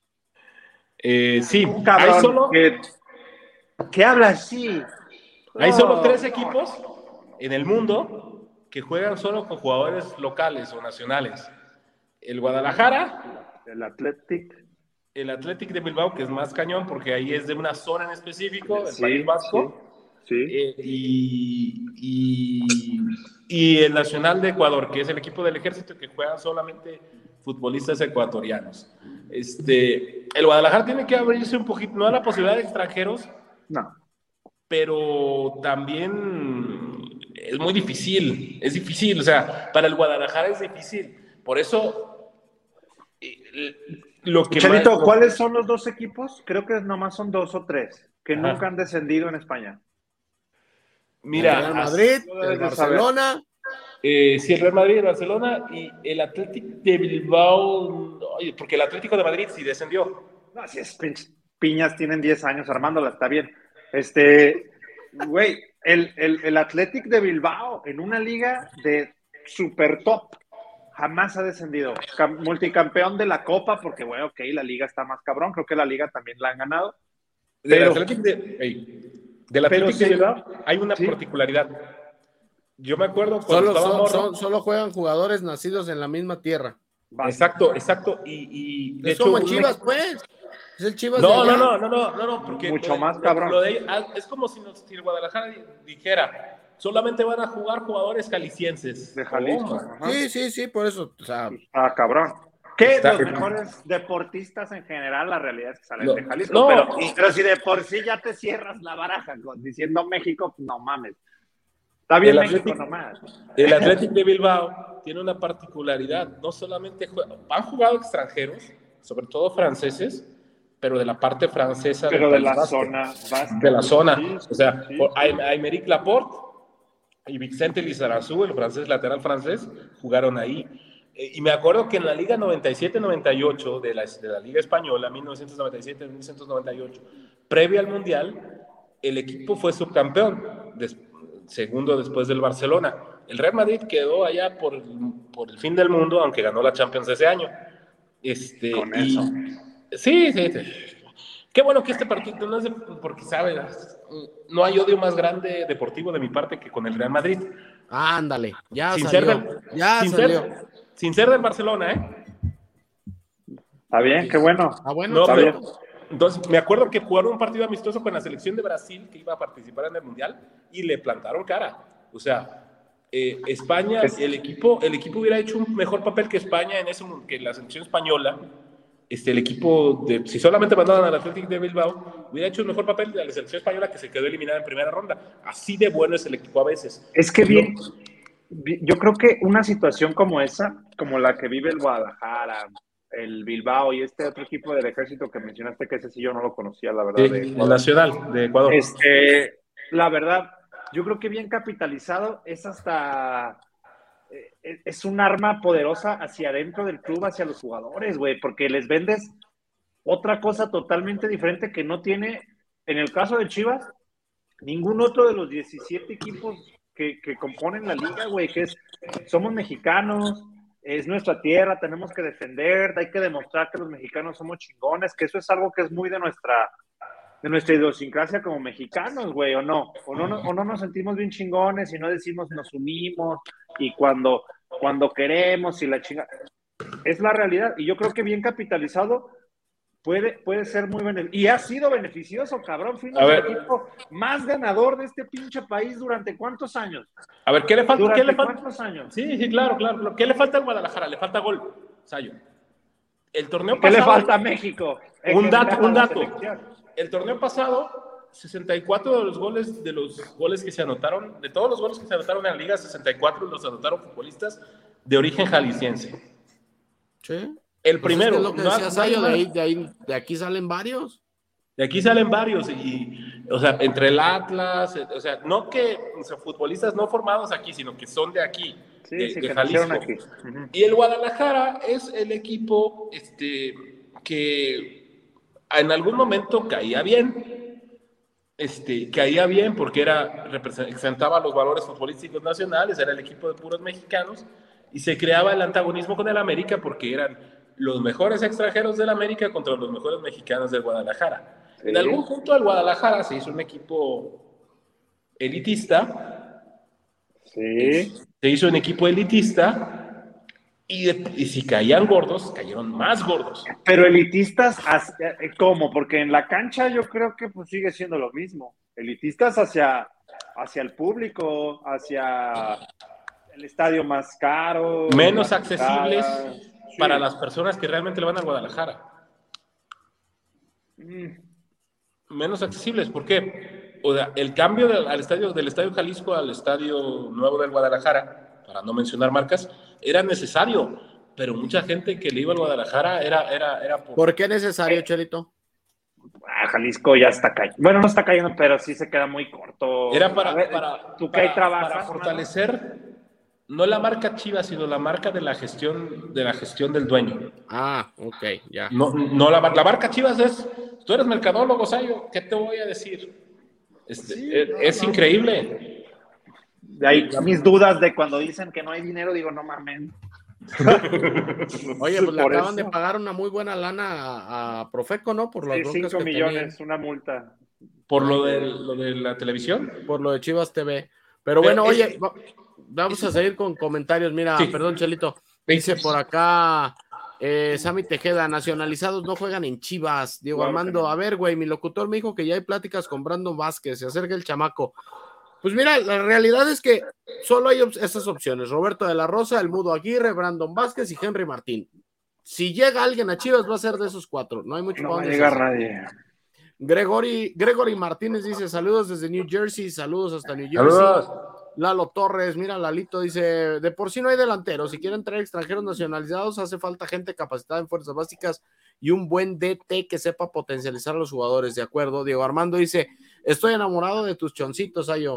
Sí,
un cabrón
hay solo
que habla así.
Hay solo 3 equipos en el mundo que juegan solo con jugadores locales o nacionales. El Guadalajara, el Athletic de Bilbao, que es más cañón porque ahí es de una zona en específico, del País Vasco, y el Nacional de Ecuador, que es el equipo del Ejército que juegan solamente futbolistas ecuatorianos. El Guadalajara tiene que abrirse un poquito, no a la posibilidad de extranjeros,
no,
pero también es muy difícil, o sea, para el Guadalajara es difícil, Por eso, lo que
Chelito,
más...
¿cuáles son los 2 equipos? Creo que nomás son 2 o 3 que
Ajá.
nunca han descendido en España.
Mira,
el Real Madrid,
lo debes
el
de saber.
Barcelona.
sí, el Real Madrid, el Barcelona y el Atlético de Bilbao, oye, porque el Atlético de Madrid sí descendió.
No, si es piñas, tienen 10 años armándola, está bien. Güey, el Athletic de Bilbao en una liga de super top jamás ha descendido. Multicampeón de la Copa, porque, bueno, ok, la liga está más cabrón, creo que la liga también la han ganado.
Del
Pero-
Atlético del Atlético
sí.
de Bilbao hay una
Sí.
particularidad. Yo me acuerdo cuando estaba morro.
Solo juegan jugadores nacidos en la misma tierra.
Exacto. Y de
Es
hecho,
como en Chivas, pues. Es el Chivas de
No,
allá.
no, porque
Mucho más cabrón.
Es como si el Guadalajara dijera, solamente van a jugar jugadores jaliscienses.
De Jalisco.
¿Cómo?
Ajá.
Sí, por eso. O sea,
Ah, cabrón. Que
Está-
los mejores deportistas en general, la realidad es que salen
No,
de Jalisco.
no.
Pero si de por sí ya te cierras la baraja diciendo México, no mames. Está bien
El
México
Atlético-
nomás.
El Atlético de Bilbao tiene una particularidad, no solamente han jugado extranjeros, sobre todo franceses, pero de la parte francesa
Pero
del
de
País
la
Vasco.
zona vasca.
De la zona,
Sí,
o sea,
sí,
Aymeric Laporte y Vicente Lizarazu, el francés lateral francés, jugaron ahí. Y me acuerdo que en la Liga 97-98 de la Liga Española, 1997-1998, previo al Mundial, el equipo fue subcampeón, segundo después del Barcelona. El Real Madrid quedó allá por el fin del mundo, aunque ganó la Champions ese año.
Con eso.
Sí. Qué bueno que este partido no es porque, ¿sabes? No hay odio más grande deportivo de mi parte que con el Real Madrid.
ándale, ya
Sin
salió.
ser
Ya
sin
salió.
sin ser del Barcelona, ¿eh?
Está bien, qué bueno.
Ah, bueno,
No,
está
pero,
bien.
entonces, me acuerdo que jugaron un partido amistoso con la selección de Brasil que iba a participar en el Mundial y le plantaron cara. O sea, España, el equipo hubiera hecho un mejor papel que España que la selección española. El equipo, si solamente mandaban al Atlético de Bilbao, hubiera hecho un mejor papel de la selección española que se quedó eliminada en primera ronda. Así de bueno es el equipo a veces.
Es que bien, yo creo que una situación como esa, como la que vive el Guadalajara, el Bilbao y este otro equipo del Ejército que mencionaste, que ese sí yo no lo conocía, la verdad.
El Nacional de Ecuador.
La verdad, yo creo que bien capitalizado es hasta... Es un arma poderosa hacia adentro del club, hacia los jugadores, güey, porque les vendes otra cosa totalmente diferente que no tiene, en el caso de Chivas, ningún otro de los 17 equipos que componen la liga, güey, que somos mexicanos, es nuestra tierra, tenemos que defender, hay que demostrar que los mexicanos somos chingones, que eso es algo que es muy de nuestra idiosincrasia como mexicanos, güey, o no nos sentimos bien chingones y no decimos nos unimos y cuando queremos y la chingada. Es la realidad y yo creo que bien capitalizado puede ser muy beneficioso. Y ha sido beneficioso, cabrón. Fuimos el equipo más ganador de este pinche país durante ¿cuántos años?
A ver, ¿qué le falta?
¿Cuántos años?
Sí, claro. ¿Qué le falta al Guadalajara? Le falta gol, Sayo. El torneo
¿Qué
pasado...
le falta a México?
Un dato. El torneo pasado, 64 de los goles que se anotaron, de todos los goles que se anotaron en la liga, 64 los anotaron futbolistas de origen jalisciense.
Sí.
El primero.
Es lo que decía Sayo, de aquí salen varios.
De aquí salen varios, o sea, entre el Atlas, o sea, no que futbolistas no formados aquí, sino que son de aquí, de Jalisco.
Aquí.
Uh-huh. Y el Guadalajara es el equipo que en algún momento caía bien porque representaba los valores futbolísticos nacionales, era el equipo de puros mexicanos, y se creaba el antagonismo con el América porque eran los mejores extranjeros del América contra los mejores mexicanos del Guadalajara. Sí. En algún punto el Guadalajara se hizo un equipo elitista.
Sí.
Se hizo un equipo elitista y si caían gordos, cayeron más gordos.
Pero elitistas, ¿cómo? Porque en la cancha yo creo que pues sigue siendo lo mismo. Elitistas hacia el público, hacia el estadio más caro.
Menos accesibles para las personas que realmente le van al Guadalajara. Menos accesibles, ¿por qué? O sea, el cambio del estadio Jalisco al estadio nuevo del Guadalajara, para no mencionar marcas, era necesario, pero mucha gente que le iba al Guadalajara era
¿Por qué necesario, Chelito?
Jalisco ya está cayendo. Bueno, no está cayendo, pero sí se queda muy corto.
Era
para
fortalecer no la marca Chivas, sino la marca de la gestión del dueño.
Ok, ya.
No la marca Chivas tú eres mercadólogo, Sayo, ¿qué te voy a decir? Es increíble.
De ahí mis dudas de cuando dicen que no hay dinero, digo, no mames.
Oye, pues le acaban de pagar una muy buena lana a Profeco, ¿no? Por las broncas
5
que
millones,
tenía.
una multa.
¿Por lo de la televisión?
Por lo de Chivas TV. Pero bueno, oye, vamos a seguir con comentarios. Mira, sí. Perdón, Chelito. Dice por acá Sammy Tejeda, nacionalizados no juegan en Chivas. Diego claro Armando, a ver, güey, mi locutor me dijo que ya hay pláticas con Brandon Vázquez, se acerca el chamaco. Pues mira, la realidad es que solo hay esas opciones. Roberto de la Rosa, el Mudo Aguirre, Brandon Vázquez y Henry Martín. Si llega alguien a Chivas va a ser de esos 4. No hay mucho
para
dónde
llegar nadie.
Gregory Martínez dice, saludos desde New Jersey, saludos hasta New Jersey. Saludos. Lalo Torres, mira, Lalito dice, de por sí no hay delanteros, si quieren traer extranjeros nacionalizados, hace falta gente capacitada en fuerzas básicas y un buen DT que sepa potencializar a los jugadores, de acuerdo. Diego Armando dice, estoy enamorado de tus choncitos, Ayo.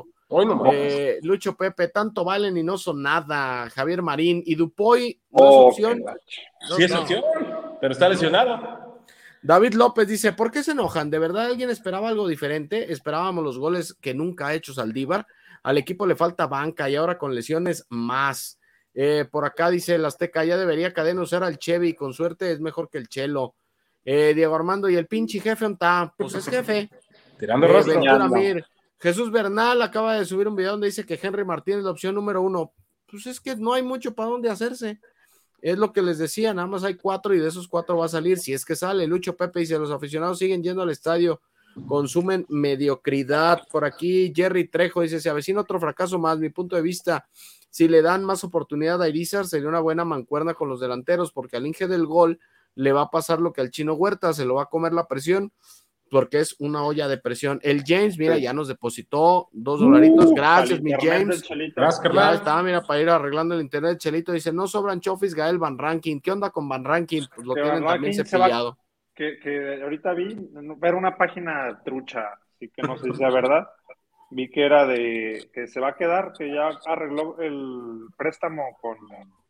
Lucho Pepe, tanto valen y no son nada. Javier Marín y Dupoy no es opción.
Sí es opción, pero está lesionado.
David López dice, ¿por qué se enojan? ¿De verdad alguien esperaba algo diferente? Esperábamos los goles que nunca ha hecho Saldívar. Al equipo le falta banca y ahora con lesiones más. Por acá dice el Azteca, ya debería Cadena usar al Chevy, con suerte es mejor que el Chelo. Diego Armando, ¿y el pinche jefe dónde está? Pues es jefe.
Tirando rostro.
Jesús Bernal acaba de subir un video donde dice que Henry Martín es la opción número 1. Pues es que no hay mucho para dónde hacerse. Es lo que les decía, nada más hay 4 y de esos 4 va a salir, si es que sale. Lucho Pepe dice, los aficionados siguen yendo al estadio, consumen mediocridad. Por aquí Jerry Trejo dice, se avecina otro fracaso más, mi punto de vista, si le dan más oportunidad a Irizar sería una buena mancuerna con los delanteros, porque al Inge del gol le va a pasar lo que al Chino Huerta, se lo va a comer la presión, porque es una olla de presión. El James, mira, ya nos depositó $2, gracias mi James. Ya está, mira, para ir arreglando el internet. Chelito dice, no sobran chofis, Gael Van Rankin. ¿Qué onda con Van Rankin? Pues lo tienen también cepillado.
Que ahorita vi, ver una página trucha, así que no sé si sea verdad. Vi que era de que se va a quedar, que ya arregló el préstamo con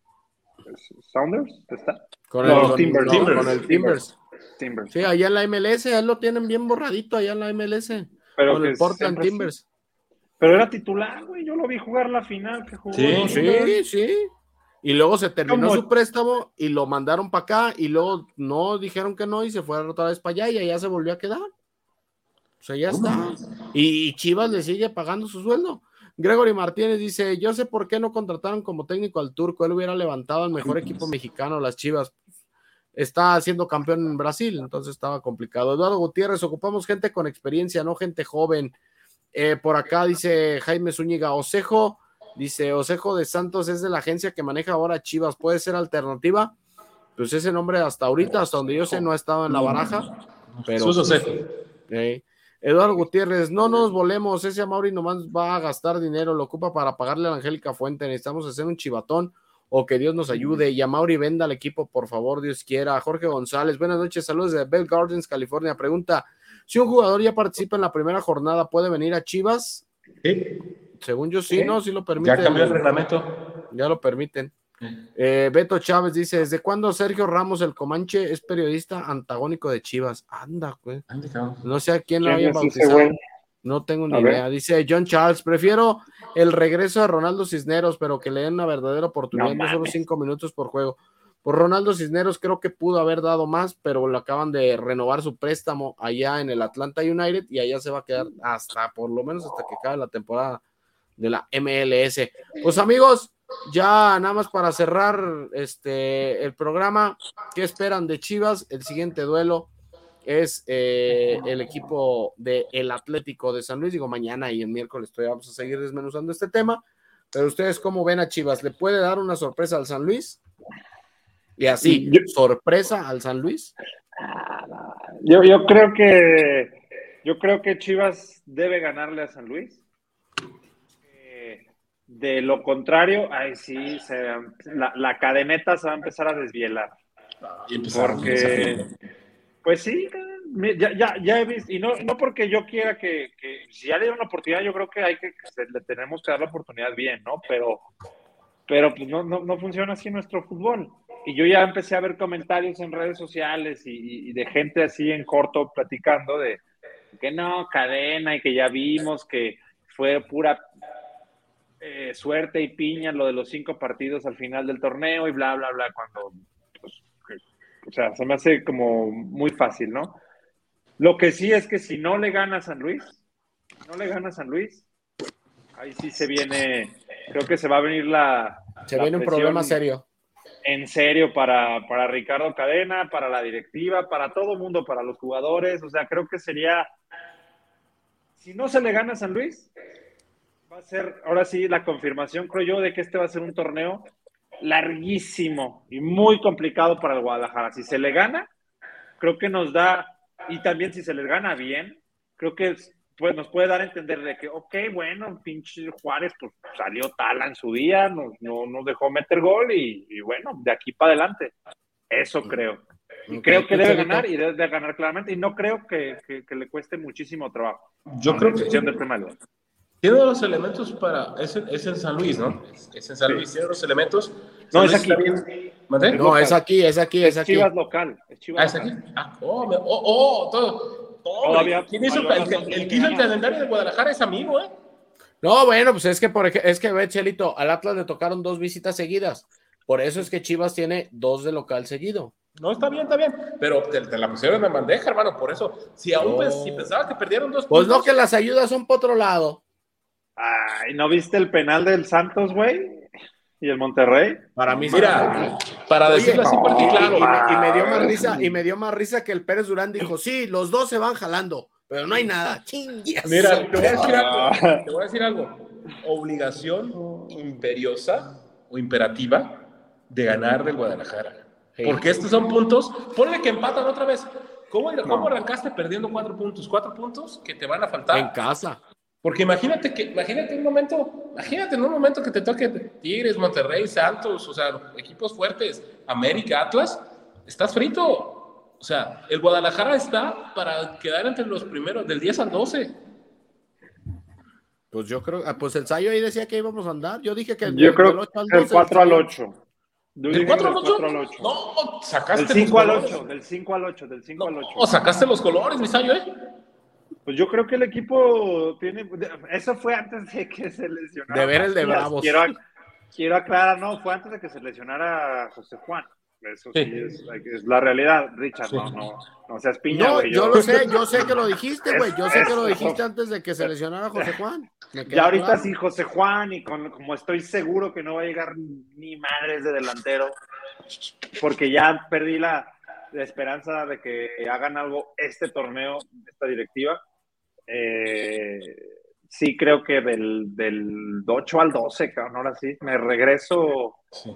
Sounders, ¿está?
Con el Timbers. Sí, allá en la MLS, ya lo tienen bien borradito, allá en la MLS.
Pero
con el Portland Timbers.
Sí. Pero era titular, güey, yo lo vi jugar la final que jugó.
Sí. Y luego se terminó su préstamo y lo mandaron para acá y luego no dijeron que no y se fue otra vez para allá y allá se volvió a quedar. O sea, ya está. Y Chivas le sigue pagando su sueldo. Gregory Martínez dice, yo sé por qué no contrataron como técnico al turco, él hubiera levantado al mejor equipo mexicano, las Chivas. Está siendo campeón en Brasil, entonces estaba complicado. Eduardo Gutiérrez, ocupamos gente con experiencia, no gente joven. Por acá dice Jaime Zúñiga, Osejo de Santos es de la agencia que maneja ahora Chivas, ¿puede ser alternativa? Pues ese nombre hasta ahorita, hasta donde yo sé, no ha estado en la baraja. Pero Eduardo Gutiérrez, no nos volemos, ese Amaury nomás va a gastar dinero, lo ocupa para pagarle a la Angélica Fuente, necesitamos hacer un chivatón o que Dios nos ayude, y a Mauri venda al equipo, por favor, Dios quiera. Jorge González, buenas noches, saludos de Bell Gardens, California. Pregunta, si un jugador ya participa en la primera jornada, ¿puede venir a Chivas?
Sí.
Según yo sí, ¿no? Sí lo permiten.
Ya cambió el reglamento.
Ya lo permiten. Beto Chávez dice, ¿desde cuándo Sergio Ramos, el Comanche, es periodista antagónico de Chivas? Anda, güey. No sé a quién lo había bautizado. No tengo ni idea. Dice John Charles, prefiero el regreso de Ronaldo Cisneros, pero que le den una verdadera oportunidad, no solo 5 minutos por juego. Por Ronaldo Cisneros creo que pudo haber dado más, pero lo acaban de renovar su préstamo allá en el Atlanta United y allá se va a quedar por lo menos hasta que acabe la temporada de la MLS. Pues amigos, ya nada más para cerrar el programa, ¿qué esperan de Chivas? El siguiente duelo es el equipo del Atlético de San Luis, digo mañana y el miércoles vamos a seguir desmenuzando este tema, pero ustedes cómo ven a Chivas, ¿le puede dar una sorpresa al San Luis? Y así, sorpresa al San Luis.
Yo creo que Chivas debe ganarle a San Luis. De lo contrario, ay sí, la cadeneta se va a empezar a desvielar.
Y empezaron.
Porque, pues sí, ya he visto, y no porque yo quiera que si ya le dieron la oportunidad, yo creo que le tenemos que dar la oportunidad bien, ¿no? Pero pues no funciona así nuestro fútbol. Y yo ya empecé a ver comentarios en redes sociales y de gente así en corto platicando de que no, cadena, y que ya vimos que fue pura suerte y piña lo de los 5 partidos al final del torneo y bla, bla, bla, cuando, pues, o sea, se me hace como muy fácil, ¿no? Lo que sí es que si no le gana a San Luis, ahí sí se viene, creo que se va a venir
se viene un problema serio.
En serio para Ricardo Cadena, para la directiva, para todo el mundo, para los jugadores. O sea, creo que sería, si no se le gana a San Luis, va a ser ahora sí la confirmación, creo yo, de que este va a ser un torneo larguísimo y muy complicado para el Guadalajara. Si se le gana, creo que nos da, y también si se les gana bien, creo que pues nos puede dar a entender de que, ok, bueno, pinche Juárez pues salió tala en su día, no nos dejó meter gol y bueno, de aquí para adelante. Eso creo. Y creo que debe ganar y debe ganar claramente, y no creo que le cueste muchísimo trabajo.
Yo creo que
de primario.
Tiene los elementos para... Es en San Luis, ¿no? Es en San Luis, tiene los elementos.
No, es aquí.
No, es aquí.
Es Chivas local.
¿Es aquí? Todo. ¿Quién hizo el que hizo el calendario de Guadalajara es amigo, ¿eh?
No, bueno, pues es que ve, Chelito, al Atlas le tocaron 2 visitas seguidas. Por eso es que Chivas tiene 2 de local seguido.
No, está bien. Pero te la pusieron en bandeja, hermano. Por eso, si pensabas que perdieron 2
puntos. Pues no, que las ayudas son por otro lado.
Ay, ¿no viste el penal del Santos, güey? ¿Y el Monterrey?
Para mí,
mira, para decirlo así, porque claro.
Y me dio más risa que el Pérez Durán dijo, sí, los 2 se van jalando, pero no hay nada. Chingues.
Mira, te voy a decir algo. Obligación imperiosa o imperativa de ganar del Guadalajara. Sí. Porque estos son puntos, ponle que empatan otra vez. ¿Cómo arrancaste perdiendo 4 puntos? 4 puntos que te van a faltar.
En casa.
Porque imagínate en un momento que te toque Tigres, Monterrey, Santos, o sea, equipos fuertes, América, Atlas, estás frito. O sea, el Guadalajara está para quedar entre los primeros, del 10 al 12.
Pues yo creo, pues el Sayo ahí decía que íbamos a andar. Yo dije que
yo creo el 4 al 8.
¿Del 4 al 8? No, sacaste
del 5 al 8, del 5 al 8, del 5 al 8.
O sacaste los colores, mi Sayo,
Pues yo creo que el equipo tiene... Eso fue antes de que se lesionara.
De ver el de Bravos.
Quiero aclarar, no, fue antes de que se lesionara José Juan. Eso sí es la realidad, Richard. Sí. No seas piña, güey.
No, yo sé que lo dijiste, güey. Yo sé que lo dijiste antes de que se lesionara José Juan.
Ya ahorita claro. Sí, José Juan, y como estoy seguro que no va a llegar ni madres de delantero, porque ya perdí la esperanza de que hagan algo este torneo, esta directiva. Sí, creo que del 8 al 12, cabrón, ahora sí, me regreso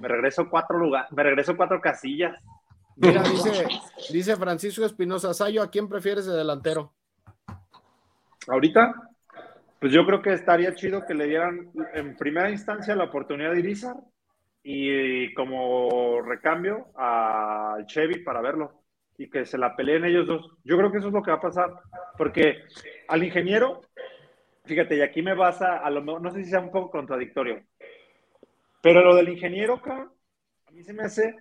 4 casillas.
Mira, dice Francisco Espinosa, Sayo, ¿a quién prefieres de delantero?
Ahorita, pues yo creo que estaría chido que le dieran en primera instancia la oportunidad de Irizar y como recambio al Chevy para verlo y que se la peleen ellos dos. Yo creo que eso es lo que va a pasar, porque al ingeniero, fíjate, y aquí me vas a lo mejor, no sé si sea un poco contradictorio, pero lo del ingeniero, cabrón, a mí se me hace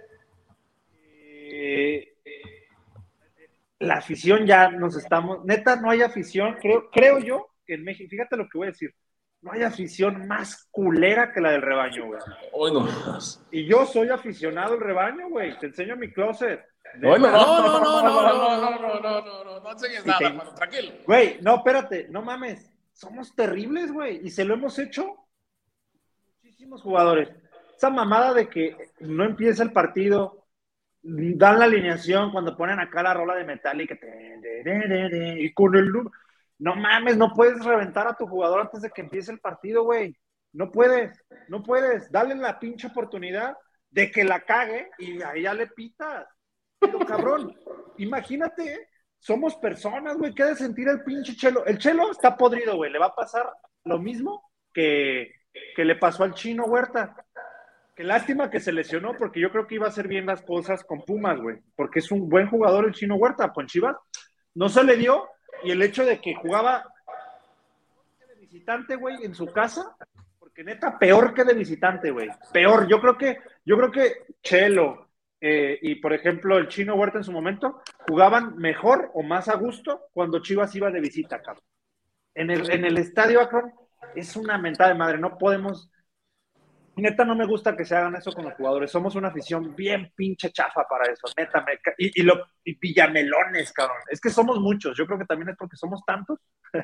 la afición ya nos estamos, neta, no hay afición, creo yo que en México, fíjate lo que voy a decir, no hay afición más culera que la del rebaño, güey.
Hoy no.
Y yo soy aficionado al rebaño, güey, te enseño mi closet.
No enseñes nada, hermano, tranquilo.
Güey, no, espérate, no mames, somos terribles, güey, y se lo hemos hecho muchísimos jugadores. Esa mamada de que no empieza el partido, dan la alineación cuando ponen acá la rola de Metallica y con el... No mames, no puedes reventar a tu jugador antes de que empiece el partido, güey. No puedes. Dale la pinche oportunidad de que la cague y ahí ya le pitas. Pero cabrón, imagínate, somos personas, güey, ¿qué ha de sentir el pinche Chelo? El Chelo está podrido, güey, le va a pasar lo mismo que le pasó al Chino Huerta. Qué lástima que se lesionó, porque yo creo que iba a hacer bien las cosas con Pumas, güey, porque es un buen jugador el Chino Huerta. Con Chivas no se le dio, y el hecho de que jugaba de visitante, güey, en su casa, porque neta, peor que de visitante, güey, peor. Yo creo que Chelo y, por ejemplo, el Chino Huerta en su momento jugaban mejor o más a gusto cuando Chivas iba de visita, cabrón. En el estadio Akron es una mentada de madre, no podemos... Neta, no me gusta que se hagan eso con los jugadores. Somos una afición bien pinche chafa para eso. Neta, y villamelones, cabrón. Es que somos muchos. Yo creo que también es porque somos tantos.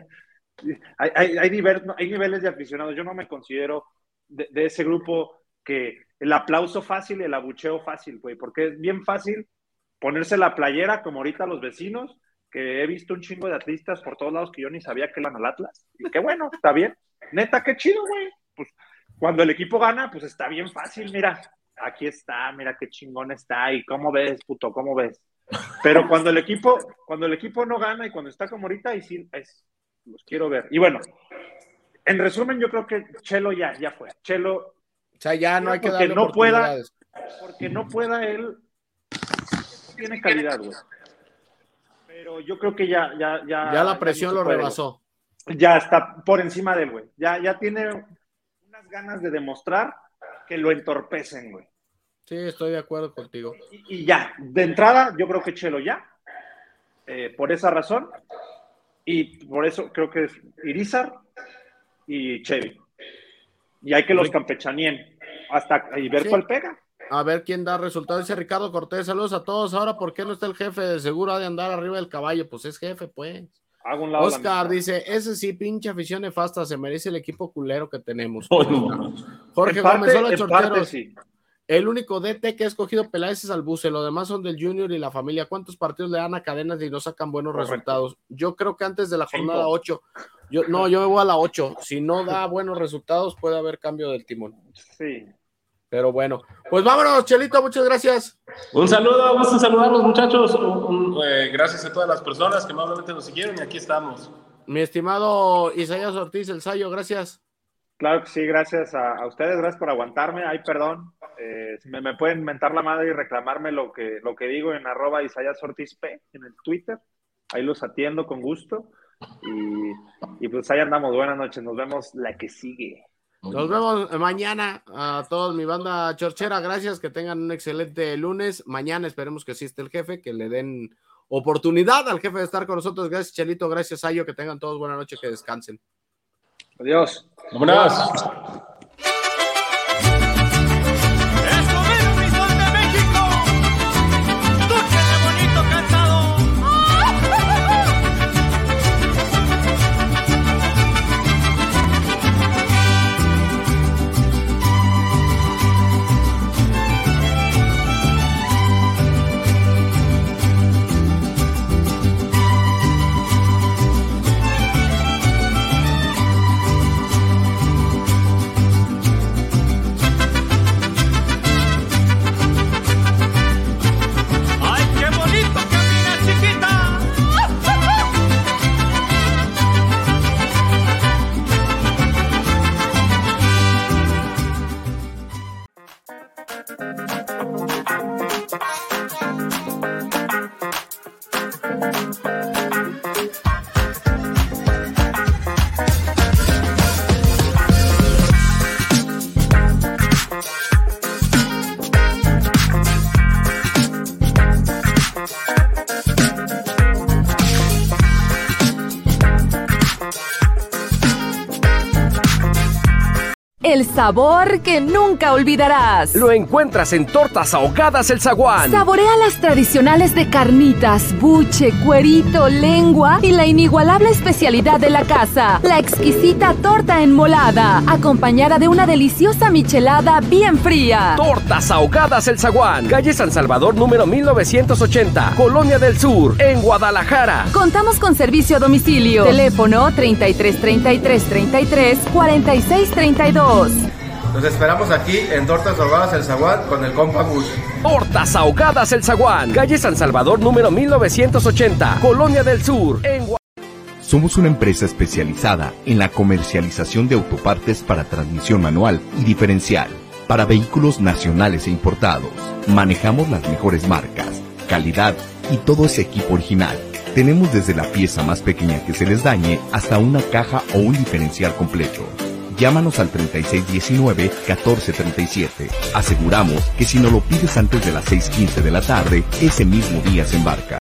hay niveles de aficionados. Yo no me considero de ese grupo que el aplauso fácil y el abucheo fácil, güey. Porque es bien fácil ponerse la playera, como ahorita los vecinos, que he visto un chingo de atlistas por todos lados que yo ni sabía que eran al Atlas. Y qué bueno, está bien. Neta, qué chido, güey. Pues cuando el equipo gana, pues está bien fácil, mira, aquí está, mira qué chingón está, y cómo ves, puto, cómo ves. Pero cuando el equipo no gana y cuando está como ahorita, y sí, los quiero ver. Y bueno, en resumen, yo creo que Chelo ya fue. Chelo,
o sea, ya no hay que darle
oportunidades. Porque no pueda él, tiene calidad, güey. Pero yo creo que ya
la presión lo rebasó.
Ya está por encima de él, güey. Ya tiene ganas de demostrar que lo entorpecen, güey.
Sí, estoy de acuerdo contigo.
Y ya, de entrada, yo creo que Chelo ya, por esa razón, y por eso creo que es Irizar y Chevy. Y hay que los campechanien y ver cuál pega.
A ver quién da resultado. Dice Ricardo Cortés, saludos a todos. Ahora, ¿por qué no está el jefe? De seguro ha de andar arriba del caballo. Pues es jefe, pues. Oscar dice, ese sí, pinche afición nefasta, se merece el equipo culero que tenemos. Jorge Gómez, hola chorteros. Sí. El único DT que ha escogido Peláez es Albuce, lo demás son del Junior y la familia. ¿Cuántos partidos le dan a Cadenas y no sacan buenos resultados? Yo creo que antes de la jornada 8, yo me voy a la 8. Si no da buenos resultados, puede haber cambio del timón.
Sí.
Pero bueno, pues vámonos, Chelito, muchas gracias.
Un saludo, gusto saludarlos, muchachos. Gracias a todas las personas que amablemente nos siguieron y aquí estamos.
Mi estimado Isaías Ortiz, el Sayo, gracias.
Claro que sí, gracias a ustedes, gracias por aguantarme. Ay, perdón, me pueden mentar la madre y reclamarme lo que digo en @IsaíasOrtizP en el Twitter. Ahí los atiendo con gusto. Y pues ahí andamos. Buenas noches, nos vemos la que sigue.
Nos vemos mañana a todos, mi banda chorchera, gracias, que tengan un excelente lunes. Mañana esperemos que sí esté el jefe, que le den oportunidad al jefe de estar con nosotros. Gracias, Chelito, gracias, Ayo, que tengan todos buena noche, que descansen.
Adiós.
Vámonos.
El sabor que nunca olvidarás.
Lo encuentras en Tortas Ahogadas El Zaguán.
Saborea las tradicionales de carnitas, buche, cuerito, lengua y la inigualable especialidad de la casa, la exquisita torta enmolada, acompañada de una deliciosa michelada bien fría.
Tortas Ahogadas El Zaguán, calle San Salvador número 1980, Colonia del Sur, en Guadalajara.
Contamos con servicio a domicilio. Teléfono 33 33 33 46 32.
Los esperamos aquí en Tortas Ahogadas El Zaguán con el compa Gus.
Tortas Ahogadas El Zaguán, calle San Salvador número 1980, Colonia del Sur, en
Somos una empresa especializada en la comercialización de autopartes para transmisión manual y diferencial, para vehículos nacionales e importados. Manejamos las mejores marcas, calidad y todo ese equipo original. Tenemos desde la pieza más pequeña que se les dañe hasta una caja o un diferencial completo. Llámanos al 3619-1437. Aseguramos que si no lo pides antes de las 6:15 de la tarde, ese mismo día se embarca.